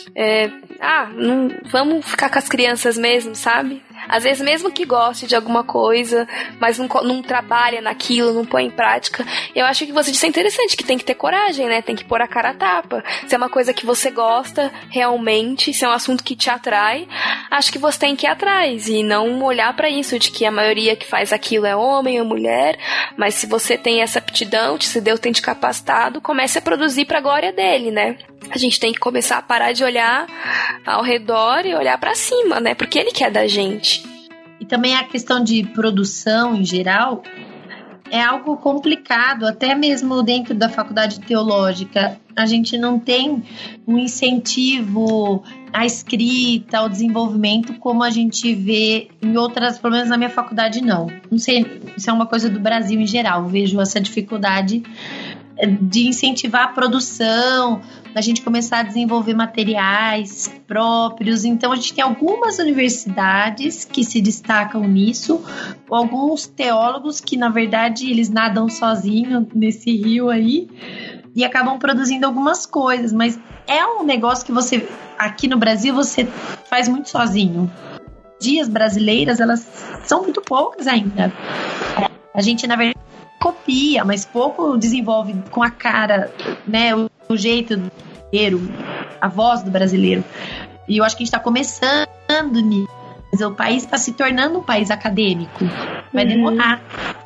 não, vamos ficar com as crianças mesmo, sabe? Às vezes, mesmo que goste de alguma coisa, mas não trabalha naquilo, não põe em prática, eu acho que você disse é interessante, que tem que ter coragem, né? Tem que pôr a cara a tapa. Se é uma coisa que você gosta realmente, se é um assunto que te atrai, acho que você tem que ir atrás e não olhar pra isso, de que a maioria que faz aquilo é homem ou mulher, mas se você tem essa aptidão, se Deus tem te capacitado, comece a produzir pra glória dele, né? A gente tem que começar a parar de olhar ao redor e olhar pra cima, né? Porque ele quer da gente. E também a questão de produção em geral é algo complicado, até mesmo dentro da faculdade teológica. A gente não tem um incentivo à escrita, ao desenvolvimento, como a gente vê em outras, pelo menos na minha faculdade não. Não sei, isso é uma coisa do Brasil em geral. Eu vejo essa dificuldade de incentivar a produção, a gente começar a desenvolver materiais próprios. Então a gente tem algumas universidades que se destacam nisso, alguns teólogos que na verdade eles nadam sozinhos nesse rio aí e acabam produzindo algumas coisas, mas é um negócio que você, aqui no Brasil, você faz muito sozinho. Dias brasileiras, elas são muito poucas ainda. A gente, na verdade, copia, mas pouco desenvolve com a cara, né, o jeito do brasileiro, a voz do brasileiro. E eu acho que a gente está começando nisso. O país está se tornando um país acadêmico. Vai demorar.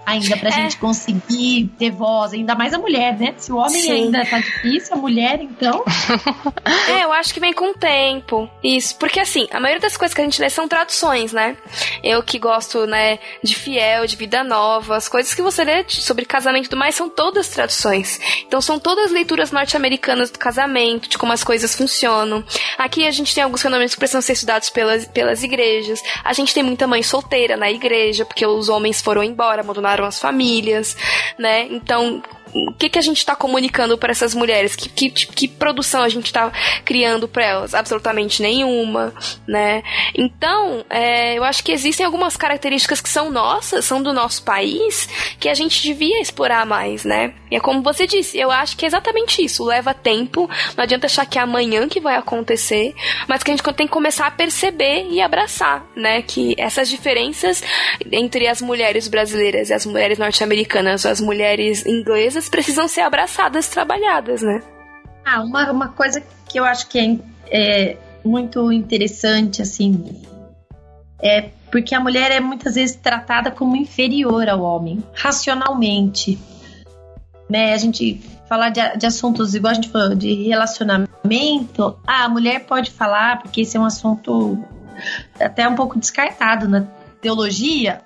ainda pra gente conseguir ter voz, ainda mais a mulher, né? Se o homem ainda tá difícil, a mulher, então... Eu acho que vem com o tempo. Isso, porque assim, a maioria das coisas que a gente lê são traduções, né? Eu que gosto, né, de Fiel, de Vida Nova, as coisas que você lê sobre casamento e tudo mais são todas traduções. Então são todas leituras norte-americanas do casamento, de como as coisas funcionam. Aqui a gente tem alguns fenômenos que precisam ser estudados pelas igrejas. A gente tem muita mãe solteira na igreja, porque os homens foram embora, abandonaram as famílias, né? Então, o que a gente está comunicando para essas mulheres? Que produção a gente está criando para elas? Absolutamente nenhuma, né? Então, eu acho que existem algumas características que são nossas, são do nosso país, que a gente devia explorar mais, né? E é como você disse, eu acho que é exatamente isso. Leva tempo, não adianta achar que é amanhã que vai acontecer, mas que a gente tem que começar a perceber e abraçar, né? Que essas diferenças entre as mulheres brasileiras e as mulheres norte-americanas, as mulheres inglesas, precisam ser abraçadas, trabalhadas, né? Uma coisa que eu acho que é muito interessante, assim, é porque a mulher é muitas vezes tratada como inferior ao homem, racionalmente, né? A gente falar de assuntos, igual a gente falou, de relacionamento, a mulher pode falar, porque esse é um assunto até um pouco descartado na teologia,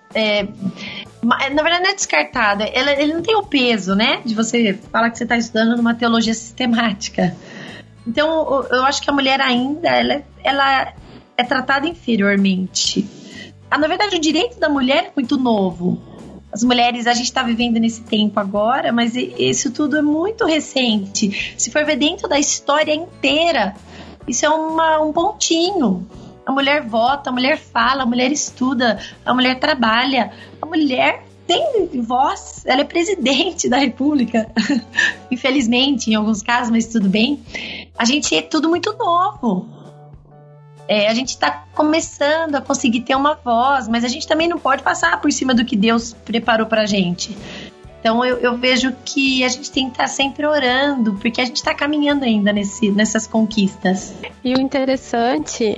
na verdade não é descartado, ele não tem o peso, né, de você falar que você está estudando numa teologia sistemática. Então eu acho que a mulher ainda ela é tratada inferiormente. Na verdade o direito da mulher é muito novo. As mulheres, a gente está vivendo nesse tempo agora, mas isso tudo é muito recente. Se for ver dentro da história inteira, isso é um pontinho. A mulher vota, a mulher fala, a mulher estuda, a mulher trabalha, a mulher tem voz, ela é presidente da república, infelizmente em alguns casos, mas tudo bem. A gente é tudo muito novo, a gente está começando a conseguir ter uma voz, mas a gente também não pode passar por cima do que Deus preparou pra gente. Então eu vejo que a gente tem que estar sempre orando, porque a gente está caminhando ainda nessas conquistas. E o interessante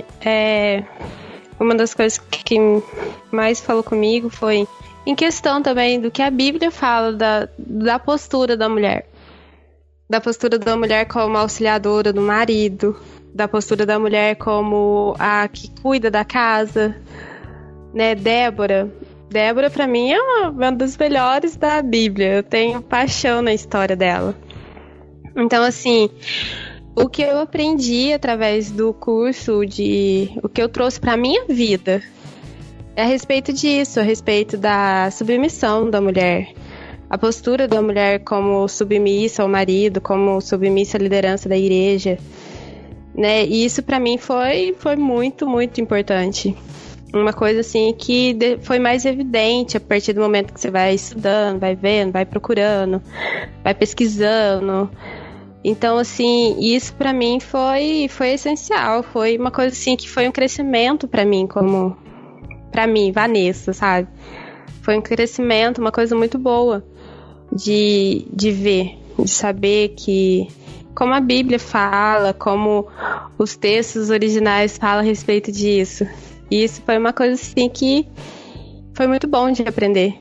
uma das coisas que mais falou comigo foi em questão também do que a Bíblia fala da postura da mulher. Da postura da mulher como auxiliadora do marido, da postura da mulher como a que cuida da casa, né? Débora, pra mim, é uma das melhores da Bíblia. Eu tenho paixão na história dela. Então, assim, o que eu aprendi através do curso, o que eu trouxe pra minha vida, é a respeito disso, a respeito da submissão da mulher. A postura da mulher como submissa ao marido, como submissa à liderança da igreja, né? E isso pra mim foi muito, muito importante. Uma coisa assim que foi mais evidente a partir do momento que você vai estudando, vai vendo, vai procurando, vai pesquisando. Então, assim, isso pra mim foi essencial. Foi uma coisa assim que foi um crescimento pra mim, pra mim, Vanessa, sabe? Foi um crescimento, uma coisa muito boa de ver, de saber que como a Bíblia fala, como os textos originais falam a respeito disso. E isso foi uma coisa assim que foi muito bom de aprender.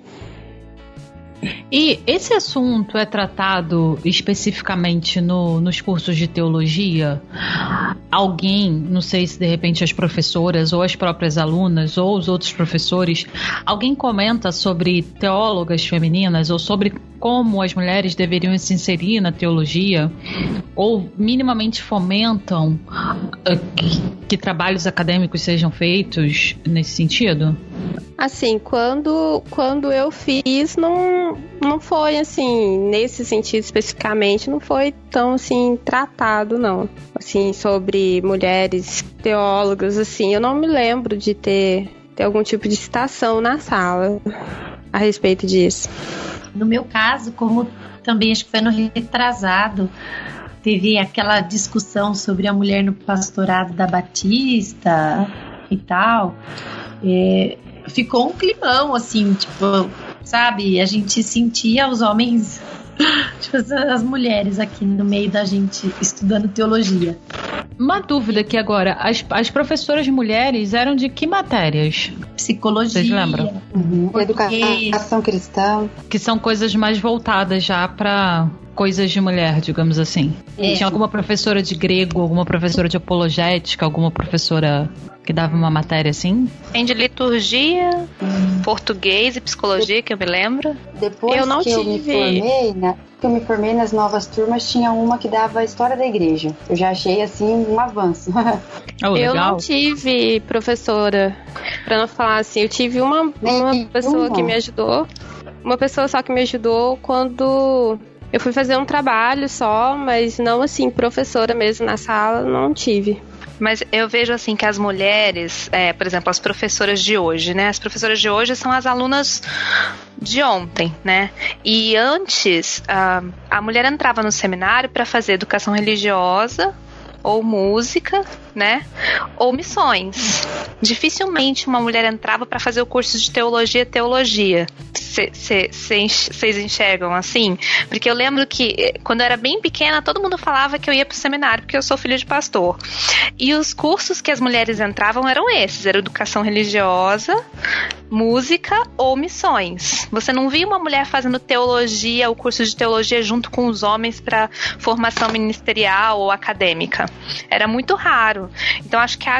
E esse assunto é tratado especificamente nos cursos de teologia? Alguém, não sei se de repente as professoras ou as próprias alunas ou os outros professores, alguém comenta sobre teólogas femininas ou sobre como as mulheres deveriam se inserir na teologia? Ou minimamente fomentam que trabalhos acadêmicos sejam feitos nesse sentido? Assim, quando eu fiz, não foi assim, nesse sentido especificamente, não foi tão assim tratado, não. Assim, sobre mulheres teólogas, assim, eu não me lembro de ter algum tipo de citação na sala a respeito disso. No meu caso, como também acho que foi no retrasado, teve aquela discussão sobre a mulher no pastorado da Batista e tal, ficou um climão, assim, tipo, sabe? A gente sentia os homens, tipo, as mulheres aqui no meio da gente estudando teologia. Uma dúvida aqui agora. As professoras mulheres eram de que matérias? Psicologia. Vocês lembram? Educação cristã. Que são coisas mais voltadas já para coisas de mulher, digamos assim. Tinha alguma professora de grego, alguma professora de apologética, alguma professora que dava uma matéria assim? Tem de liturgia, português e psicologia, que eu me lembro. Depois que eu me formei nas novas turmas, tinha uma que dava história da igreja. Eu já achei assim um avanço. Eu não tive professora, pra não falar assim, eu tive uma pessoa que me ajudou. Uma pessoa só que me ajudou quando eu fui fazer um trabalho só, mas não assim, professora mesmo na sala, não tive. Mas eu vejo assim que as mulheres, por exemplo, as professoras de hoje, né? As professoras de hoje são as alunas de ontem, né? E antes, a mulher entrava no seminário para fazer educação religiosa, ou música, né? Ou missões. Dificilmente uma mulher entrava para fazer o curso de teologia. Vocês enxergam assim? Porque eu lembro que quando eu era bem pequena, todo mundo falava que eu ia pro seminário porque eu sou filha de pastor. E os cursos que as mulheres entravam eram esses, era educação religiosa, música ou missões. Você não via uma mulher fazendo teologia, o curso de teologia junto com os homens para formação ministerial ou acadêmica. Era muito raro. Então acho que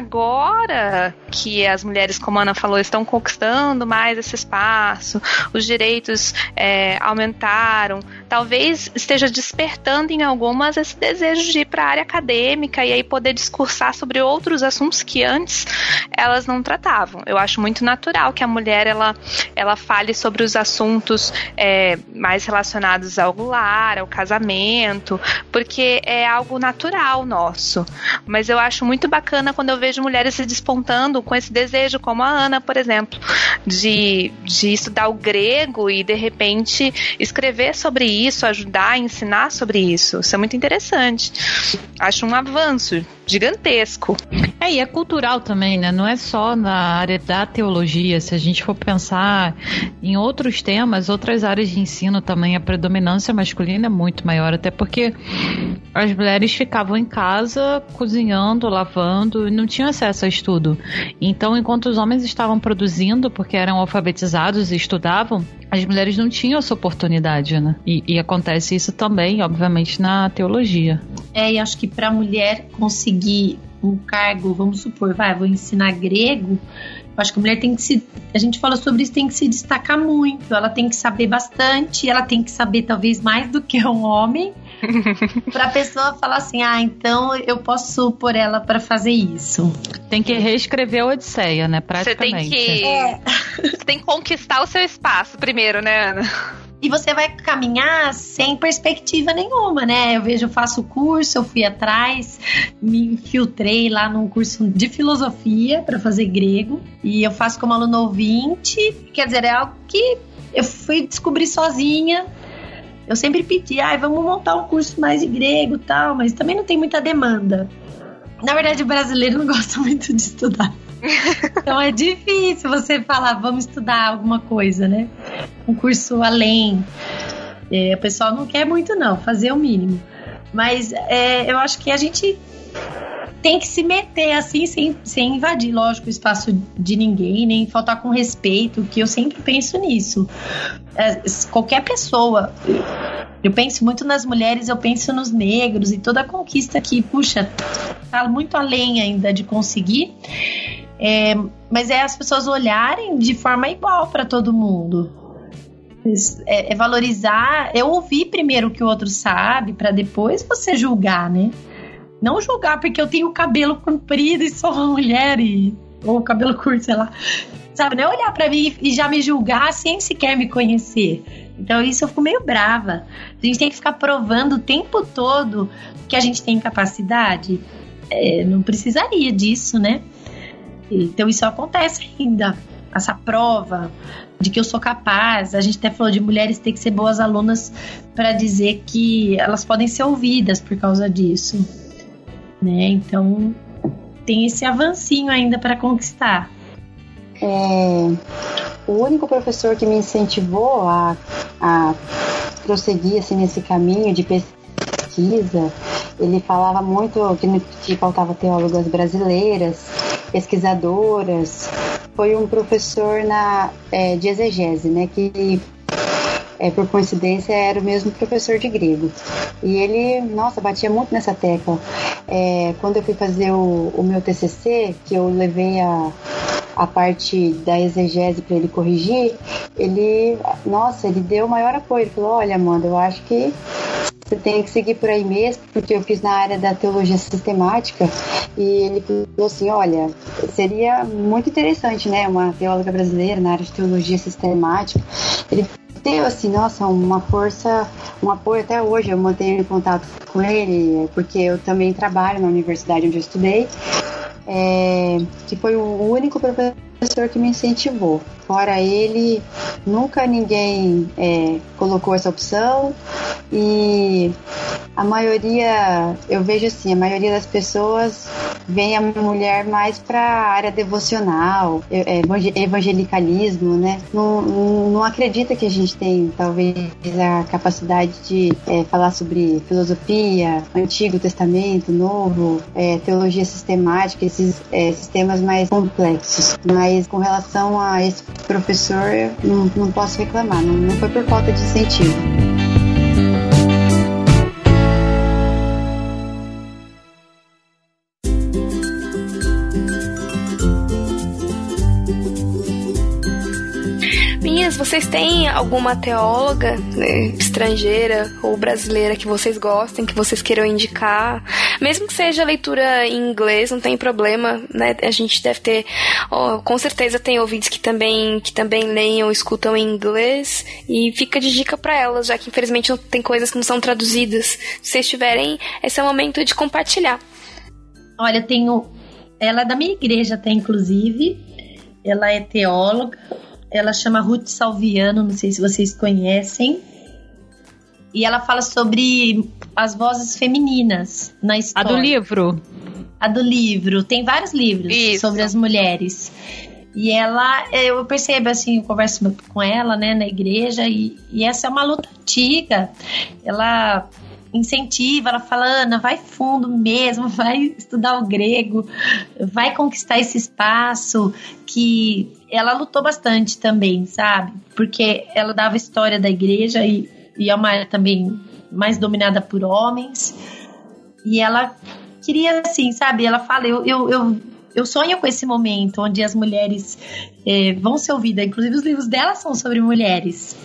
agora que as mulheres, como a Ana falou, estão conquistando mais esse espaço, os direitos aumentaram, talvez esteja despertando em algumas esse desejo de ir para a área acadêmica e aí poder discursar sobre outros assuntos que antes elas não tratavam. Eu acho muito natural que a mulher ela fale sobre os assuntos mais relacionados ao lar, ao casamento, porque é algo natural nosso. Mas eu acho muito bacana quando eu vejo mulheres se despontando com esse desejo, como a Ana, por exemplo, de estudar o grego e de repente escrever sobre isso, ajudar a ensinar sobre isso. Isso é muito interessante. Acho um avanço gigantesco. E é cultural também, né? Não é só na área da teologia. Se a gente for pensar em outros temas, outras áreas de ensino também, a predominância masculina é muito maior, até porque as mulheres ficavam em casa cozinhando, lavando e não tinham acesso a estudo. Então, enquanto os homens estavam produzindo, porque eram alfabetizados e estudavam, as mulheres não tinham essa oportunidade, né? E acontece isso também, obviamente, na teologia. E acho que para a mulher conseguir um cargo, vamos supor, vou ensinar grego, eu acho que a mulher tem que a gente fala sobre isso, tem que se destacar muito, ela tem que saber bastante, ela tem que saber talvez mais do que um homem, pra pessoa falar assim, então eu posso pôr ela pra fazer isso. Tem que reescrever a Odisseia, né, praticamente. Você tem que conquistar o seu espaço primeiro, né, Ana? E você vai caminhar sem perspectiva nenhuma, né? Eu faço o curso, eu fui atrás, me infiltrei lá num curso de filosofia para fazer grego. E eu faço como aluno ouvinte. Quer dizer, é algo que eu fui descobrir sozinha. Eu sempre pedi, vamos montar um curso mais de grego e tal, mas também não tem muita demanda. Na verdade, o brasileiro não gosta muito de estudar. Então é difícil você falar, vamos estudar alguma coisa, né? Um curso além. O pessoal não quer muito não, fazer o mínimo. Mas eu acho que a gente tem que se meter assim, sem invadir, lógico, o espaço de ninguém, nem faltar com respeito, que eu sempre penso nisso. Qualquer pessoa... Eu penso muito nas mulheres, eu penso nos negros e toda a conquista que, puxa, tá muito além ainda de conseguir. Mas as pessoas olharem de forma igual para todo mundo. Valorizar, ouvir primeiro o que o outro sabe, para depois você julgar, né? Não julgar porque eu tenho cabelo comprido e sou uma mulher, ou cabelo curto, sei lá. Sabe, não é olhar pra mim e já me julgar sem sequer me conhecer. Então isso eu fico meio brava. A gente tem que ficar provando o tempo todo que a gente tem capacidade. Não precisaria disso, né? Então isso acontece ainda. Essa prova de que eu sou capaz. A gente até falou de mulheres ter que ser boas alunas para dizer que elas podem ser ouvidas por causa disso, né? Então tem esse avancinho ainda para conquistar. O único professor que me incentivou a prosseguir assim, nesse caminho de pesquisa ele falava muito que faltava teólogas brasileiras, pesquisadoras. Foi um professor de exegese, né, que por coincidência era o mesmo professor de grego. E ele, batia muito nessa tecla. Quando eu fui fazer o meu TCC, que eu levei a parte da exegese para ele corrigir, ele deu o maior apoio. Ele falou: olha, Amanda, eu acho que você tem que seguir por aí mesmo, porque eu fiz na área da teologia sistemática. E ele falou assim: olha, seria muito interessante, né, uma teóloga brasileira na área de teologia sistemática. Ele deu assim, uma força, um apoio. Até hoje eu mantenho em contato com ele, porque eu também trabalho na universidade onde eu estudei, que foi o único professor que me incentivou. Fora ele, nunca ninguém colocou essa opção. E a maioria, eu vejo assim, a maioria das pessoas vem a mulher mais para a área devocional, evangelicalismo, né? Não acredita que a gente tem, talvez, a capacidade de falar sobre filosofia, Antigo Testamento, Novo, teologia sistemática, esses sistemas mais complexos. Mas com relação a esse professor, eu não posso reclamar, não foi por falta de incentivo. Vocês têm alguma teóloga, né, estrangeira ou brasileira que vocês gostem, que vocês queiram indicar? Mesmo que seja leitura em inglês, não tem problema, né? A gente deve ter, com certeza tem ouvintes que também leem ou escutam em inglês, e fica de dica para elas, já que infelizmente não tem coisas que não são traduzidas. Se vocês tiverem, esse é o momento de compartilhar. Olha, ela é da minha igreja até, inclusive. Ela é teóloga. Ela chama Ruth Salviano, não sei se vocês conhecem. E ela fala sobre as vozes femininas na história. A do livro? A do livro. Tem vários livros sobre as mulheres. E ela, eu percebo assim, eu converso com ela, né, na igreja, e essa é uma luta antiga. Ela incentiva, ela fala: Ana, vai fundo mesmo, vai estudar o grego, vai conquistar esse espaço, que ela lutou bastante também, sabe? Porque ela dava história da igreja e é uma área também mais dominada por homens, e ela queria, assim, sabe? Ela fala, eu sonho com esse momento onde as mulheres vão ser ouvidas, inclusive os livros dela são sobre mulheres.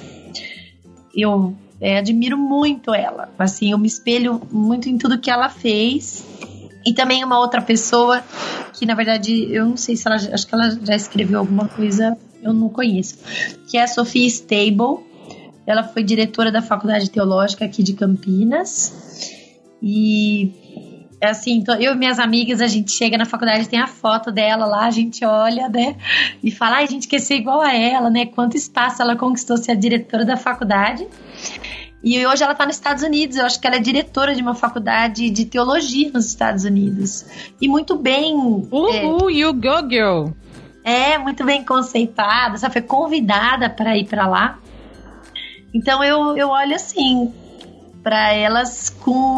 Eu admiro muito ela, assim, eu me espelho muito em tudo que ela fez. E também uma outra pessoa que, na verdade, eu não sei se ela, acho que ela já escreveu alguma coisa, eu não conheço, que é a Sophia Stable. Ela foi diretora da Faculdade Teológica aqui de Campinas. E assim, então, eu e minhas amigas, a gente chega na faculdade, tem a foto dela lá, a gente olha, né, e fala: ai, a gente quer ser igual a ela, né, quanto espaço ela conquistou ser a diretora da faculdade. E hoje ela está nos Estados Unidos. Eu acho que ela é diretora de uma faculdade de teologia nos Estados Unidos. E muito bem... you go, girl! Muito bem conceitada. Só foi convidada para ir para lá. Então eu olho assim para elas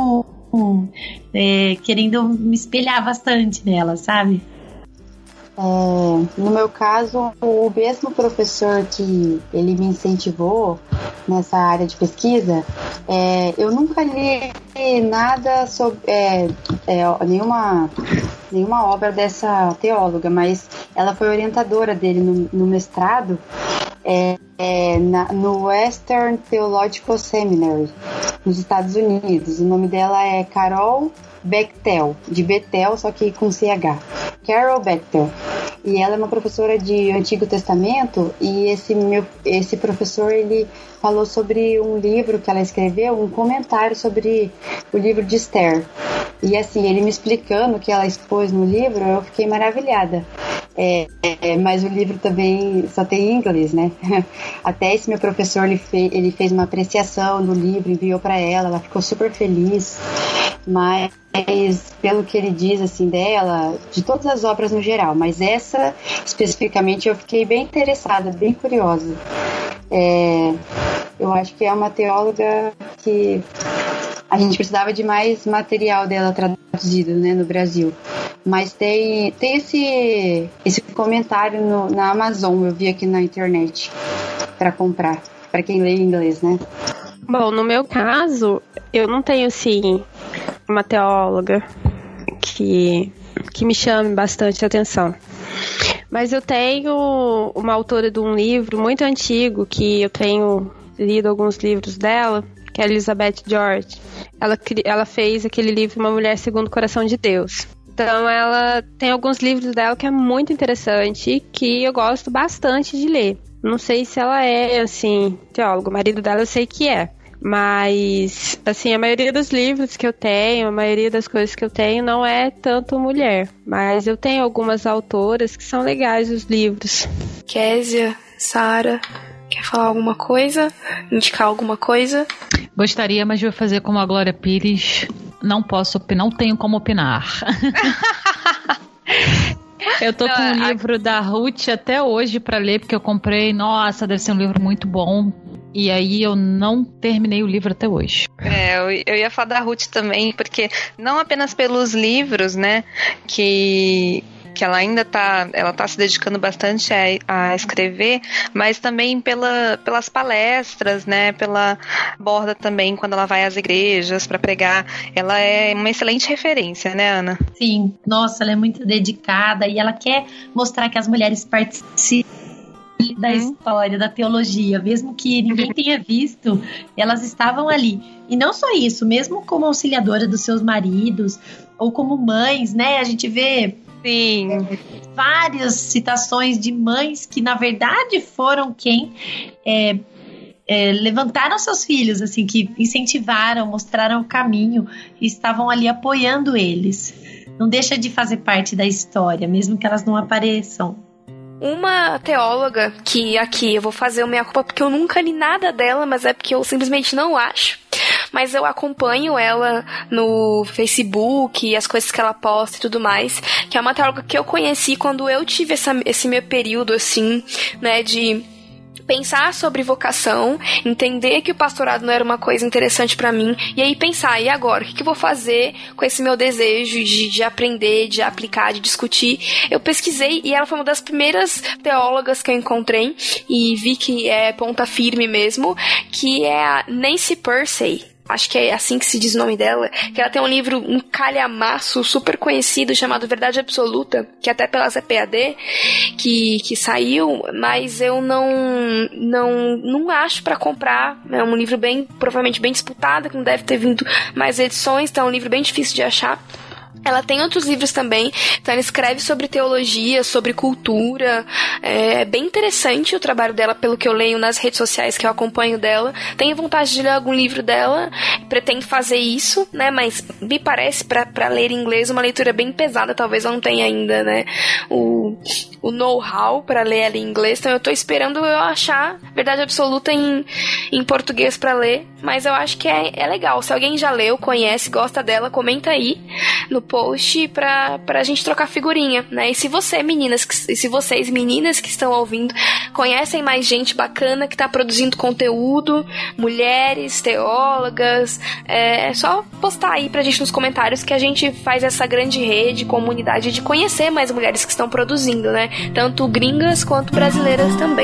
querendo me espelhar bastante nelas, sabe? No meu caso, o mesmo professor que ele me incentivou nessa área de pesquisa, eu nunca li nada sobre nenhuma obra dessa teóloga, mas ela foi orientadora dele no mestrado, no Western Theological Seminary, nos Estados Unidos. O nome dela é Carol Bechtel, de Betel, só que com CH. Carol Bechtel. E ela é uma professora de Antigo Testamento, e esse professor, ele falou sobre um livro que ela escreveu, um comentário sobre o livro de Esther. E assim, ele me explicando o que ela expôs no livro, eu fiquei maravilhada. Mas o livro também só tem em inglês, né? Até esse meu professor, ele fez uma apreciação do livro, enviou para ela ficou super feliz. Mas pelo que ele diz assim dela, de todas as obras no geral, mas essa especificamente eu fiquei bem interessada, bem curiosa. Eu acho que é uma teóloga que A gente precisava de mais material dela traduzido, né, no Brasil. Mas tem esse comentário na Amazon, eu vi aqui na internet, para comprar, para quem lê inglês, né? Bom, no meu caso, eu não tenho, assim, uma teóloga que me chame bastante atenção. Mas eu tenho uma autora de um livro muito antigo, que eu tenho lido alguns livros dela, que é a Elizabeth George. Ela fez aquele livro Uma Mulher Segundo o Coração de Deus. Então ela tem alguns livros dela que é muito interessante, que eu gosto bastante de ler. Não sei se ela é, assim, teóloga. O marido dela eu sei que é. Mas, assim, a maioria dos livros que eu tenho, a maioria das coisas que eu tenho não é tanto mulher. Mas eu tenho algumas autoras que são legais os livros. Késia, Sara, quer falar alguma coisa? Indicar alguma coisa? Gostaria, mas vou fazer como a Glória Pires. Não posso opinar, não tenho como opinar. Eu tô com o livro da Ruth até hoje pra ler, porque eu comprei. Nossa, deve ser um livro muito bom. E aí eu não terminei o livro até hoje. Eu ia falar da Ruth também, porque não apenas pelos livros, né, que ela ainda tá se dedicando bastante a escrever, mas também pelas palestras, né, pela borda também, quando ela vai às igrejas para pregar. Ela é uma excelente referência, né, Ana? Sim, nossa, ela é muito dedicada e ela quer mostrar que as mulheres participam da história, da teologia, mesmo que ninguém tenha visto, elas estavam ali. E não só isso, mesmo como auxiliadora dos seus maridos, ou como mães, né, a gente vê várias citações de mães que na verdade foram quem levantaram seus filhos, assim, que incentivaram, mostraram o caminho e estavam ali apoiando eles. Não deixa de fazer parte da história, mesmo que elas não apareçam. Uma teóloga que aqui eu vou fazer o minha culpa porque eu nunca li nada dela, mas é porque eu simplesmente não acho. Mas eu acompanho ela no Facebook, as coisas que ela posta e tudo mais, que é uma teóloga que eu conheci quando eu tive esse meu período, assim, né, de pensar sobre vocação, entender que o pastorado não era uma coisa interessante pra mim, e aí pensar, e agora? O que eu vou fazer com esse meu desejo de aprender, de aplicar, de discutir? Eu pesquisei e ela foi uma das primeiras teólogas que eu encontrei e vi que é ponta firme mesmo, que é a Nancy Pearcey. Acho que é assim que se diz o nome dela, que ela tem um livro, um calhamaço super conhecido chamado Verdade Absoluta, que até pela ZPAD, que saiu, mas eu não acho pra comprar. É um livro provavelmente bem disputado, que não deve ter vindo mais edições, então é um livro bem difícil de achar. Ela tem outros livros também, então ela escreve sobre teologia, sobre cultura. É bem interessante o trabalho dela, pelo que eu leio nas redes sociais que eu acompanho dela. Tenho vontade de ler algum livro dela, pretendo fazer isso, né? Mas me parece, pra ler em inglês, uma leitura bem pesada. Talvez eu não tenha ainda, né, o know-how pra ler ela em inglês. Então eu tô esperando eu achar Verdade Absoluta em português pra ler. Mas eu acho que é legal. Se alguém já leu, conhece, gosta dela, comenta aí no post pra gente trocar figurinha, né? E se vocês meninas que estão ouvindo conhecem mais gente bacana que tá produzindo conteúdo, mulheres, teólogas, é só postar aí pra gente nos comentários que a gente faz essa grande rede, comunidade de conhecer mais mulheres que estão produzindo, né? Tanto gringas quanto brasileiras também.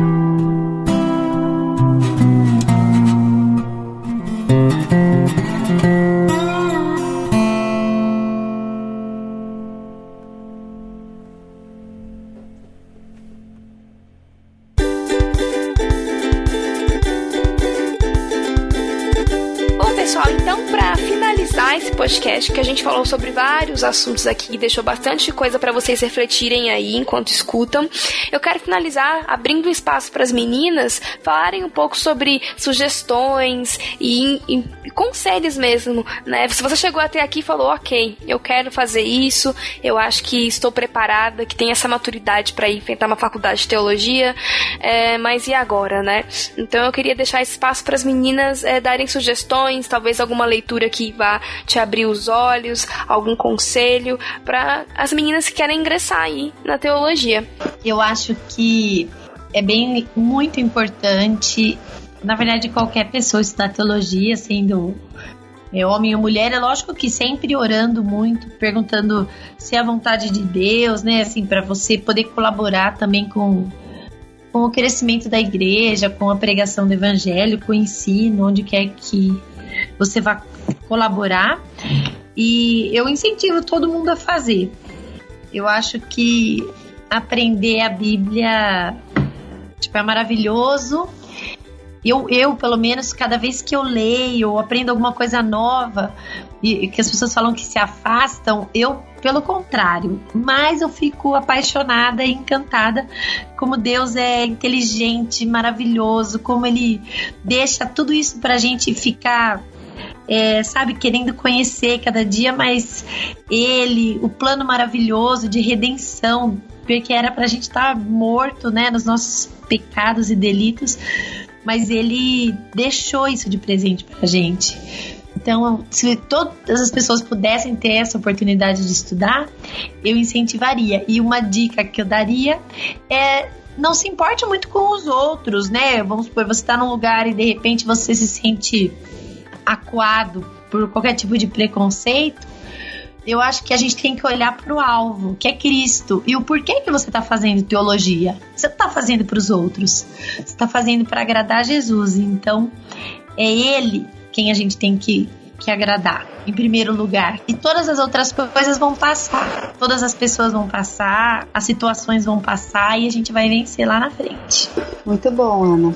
Esse podcast que a gente falou sobre vários assuntos aqui, deixou bastante coisa para vocês refletirem aí enquanto escutam. Eu quero finalizar abrindo espaço para as meninas falarem um pouco sobre sugestões e conselhos mesmo, né? Se você chegou até aqui e falou, ok, eu quero fazer isso, eu acho que estou preparada, que tenho essa maturidade para ir enfrentar uma faculdade de teologia, mas e agora, né? Então eu queria deixar espaço para as meninas darem sugestões, talvez alguma leitura que vá te abrir os olhos, algum conselho para as meninas que querem ingressar aí na teologia. Eu acho que é muito importante, na verdade, qualquer pessoa estudar teologia, sendo homem ou mulher, é lógico que sempre orando muito, perguntando se é a vontade de Deus, né, assim, para você poder colaborar também com o crescimento da igreja, com a pregação do evangelho, com o ensino, onde quer que você vá colaborar. E eu incentivo todo mundo a fazer. Eu acho que aprender a Bíblia, tipo, é maravilhoso. Eu, pelo menos, cada vez que eu leio ou aprendo alguma coisa nova, e que as pessoas falam que se afastam, eu, pelo contrário, mais eu fico apaixonada e encantada como Deus é inteligente, maravilhoso, como Ele deixa tudo isso pra gente ficar, sabe, querendo conhecer cada dia mais Ele, o plano maravilhoso de redenção, porque era pra gente estar morto, né, nos nossos pecados e delitos, mas Ele deixou isso de presente pra gente. Então, se todas as pessoas pudessem ter essa oportunidade de estudar, eu incentivaria. E uma dica que eu daria é: não se importe muito com os outros, né? Vamos supor, você está num lugar e de repente você se sente acuado por qualquer tipo de preconceito. Eu acho que a gente tem que olhar para o alvo, que é Cristo, e o porquê que você está fazendo teologia. Você não está fazendo para os outros, você está fazendo para agradar Jesus. Então, é Ele quem a gente tem que agradar, em primeiro lugar. E todas as outras coisas vão passar. Todas as pessoas vão passar, as situações vão passar e a gente vai vencer lá na frente. Muito bom, Ana.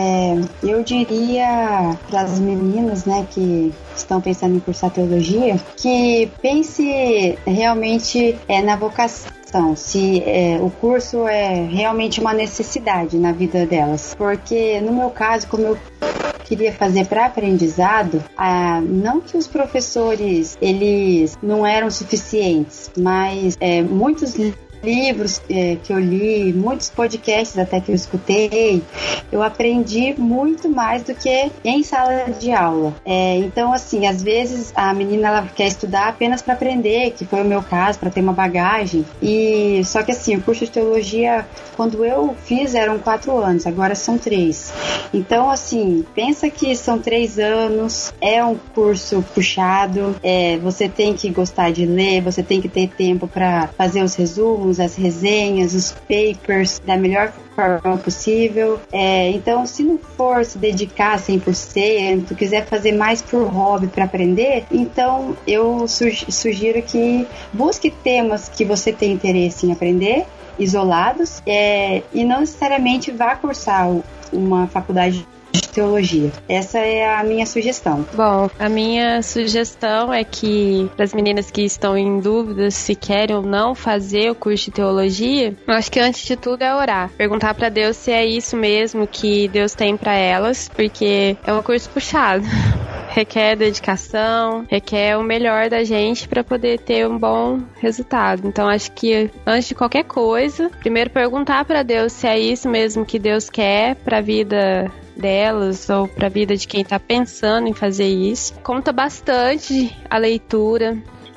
Eu diria para as meninas, né, que estão pensando em cursar teologia, que pense realmente na vocação. Se o curso é realmente uma necessidade na vida delas. Porque no meu caso, como eu queria fazer para aprendizado, não que os professores eles não eram suficientes, mas muitos livros que eu li, muitos podcasts até que eu escutei, eu aprendi muito mais do que em sala de aula. Então, assim, às vezes a menina ela quer estudar apenas para aprender, que foi o meu caso, para ter uma bagagem. E só que assim, o curso de teologia, quando eu fiz, eram 4 anos, agora são 3. Então, assim, pensa que são 3 anos, é um curso puxado, você tem que gostar de ler, você tem que ter tempo para fazer os resumos, as resenhas, os papers da melhor forma possível. Então, se não for se dedicar 100%, quiser fazer mais por hobby, para aprender, então eu sugiro que busque temas que você tem interesse em aprender, isolados, e não necessariamente vá cursar uma faculdade de teologia. Essa é a minha sugestão. Bom, a minha sugestão é que, para as meninas que estão em dúvida se querem ou não fazer o curso de teologia, eu acho que antes de tudo é orar. Perguntar para Deus se é isso mesmo que Deus tem para elas, porque é um curso puxado. Requer dedicação, requer o melhor da gente para poder ter um bom resultado. Então, acho que antes de qualquer coisa, primeiro perguntar para Deus se é isso mesmo que Deus quer para a vida delas ou para a vida de quem está pensando em fazer isso. Conta bastante a leitura.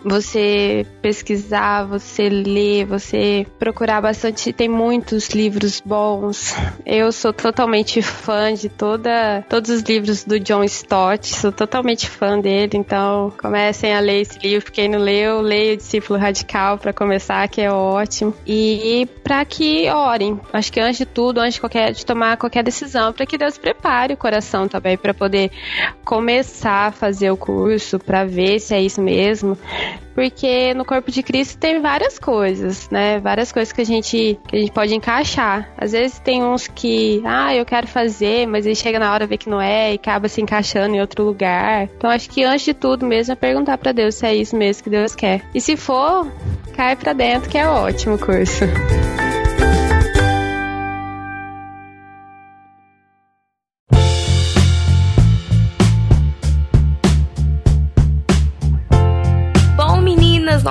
Você pesquisar, você ler, você procurar bastante. Tem muitos livros bons. Eu sou totalmente fã de todos os livros do John Stott. Sou totalmente fã dele. Então, comecem a ler esse livro. Quem não leu, leia o Discípulo Radical para começar, que é ótimo. E para que orem. Acho que antes de tudo, antes de tomar qualquer decisão, para que Deus prepare o coração também para poder começar a fazer o curso, para ver se é isso mesmo. Porque no corpo de Cristo tem várias coisas, né? Várias coisas que a gente pode encaixar. Às vezes tem uns que, eu quero fazer, mas aí chega na hora vê que não é e acaba se encaixando em outro lugar. Então acho que antes de tudo mesmo é perguntar pra Deus se é isso mesmo que Deus quer. E se for, cai pra dentro, que é ótimo o curso.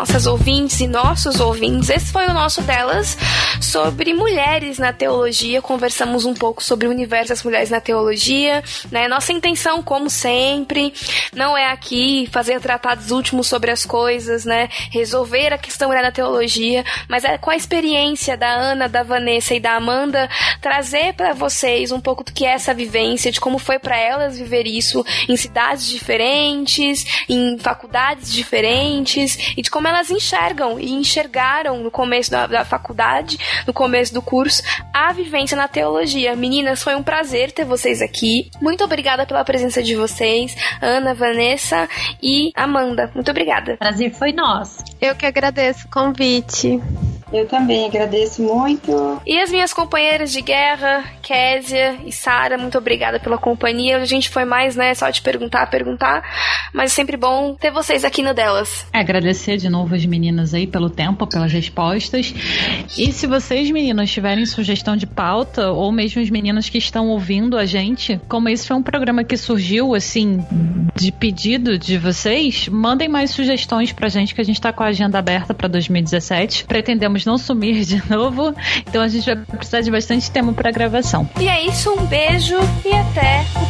nossas ouvintes e nossos ouvintes. Esse foi o nosso Delas sobre mulheres na teologia. Conversamos um pouco sobre o universo das mulheres na teologia, né? Nossa intenção, como sempre, não é aqui fazer tratados últimos sobre as coisas, né? Resolver a questão mulher na teologia, mas é com a experiência da Ana, da Vanessa e da Amanda, trazer para vocês um pouco do que é essa vivência, de como foi para elas viver isso em cidades diferentes, em faculdades diferentes, e de como elas enxergam e enxergaram no começo da faculdade, no começo do curso, a vivência na teologia. Meninas, foi um prazer ter vocês aqui. Muito obrigada pela presença de vocês, Ana, Vanessa e Amanda. Muito obrigada. Prazer foi nosso. Eu que agradeço o convite. Eu também agradeço muito. E as minhas companheiras de guerra, Késia e Sara, muito obrigada pela companhia. A gente foi mais, né, só de perguntar, mas é sempre bom ter vocês aqui no Delas. Agradecer de novo as meninas aí pelo tempo, pelas respostas. E se vocês, meninas, tiverem sugestão de pauta, ou mesmo as meninas que estão ouvindo a gente, como esse foi um programa que surgiu, assim, de pedido de vocês, mandem mais sugestões pra gente, que a gente tá com a agenda aberta pra 2017. Pretendemos não sumir de novo, então a gente vai precisar de bastante tempo pra gravação. E é isso, um beijo e até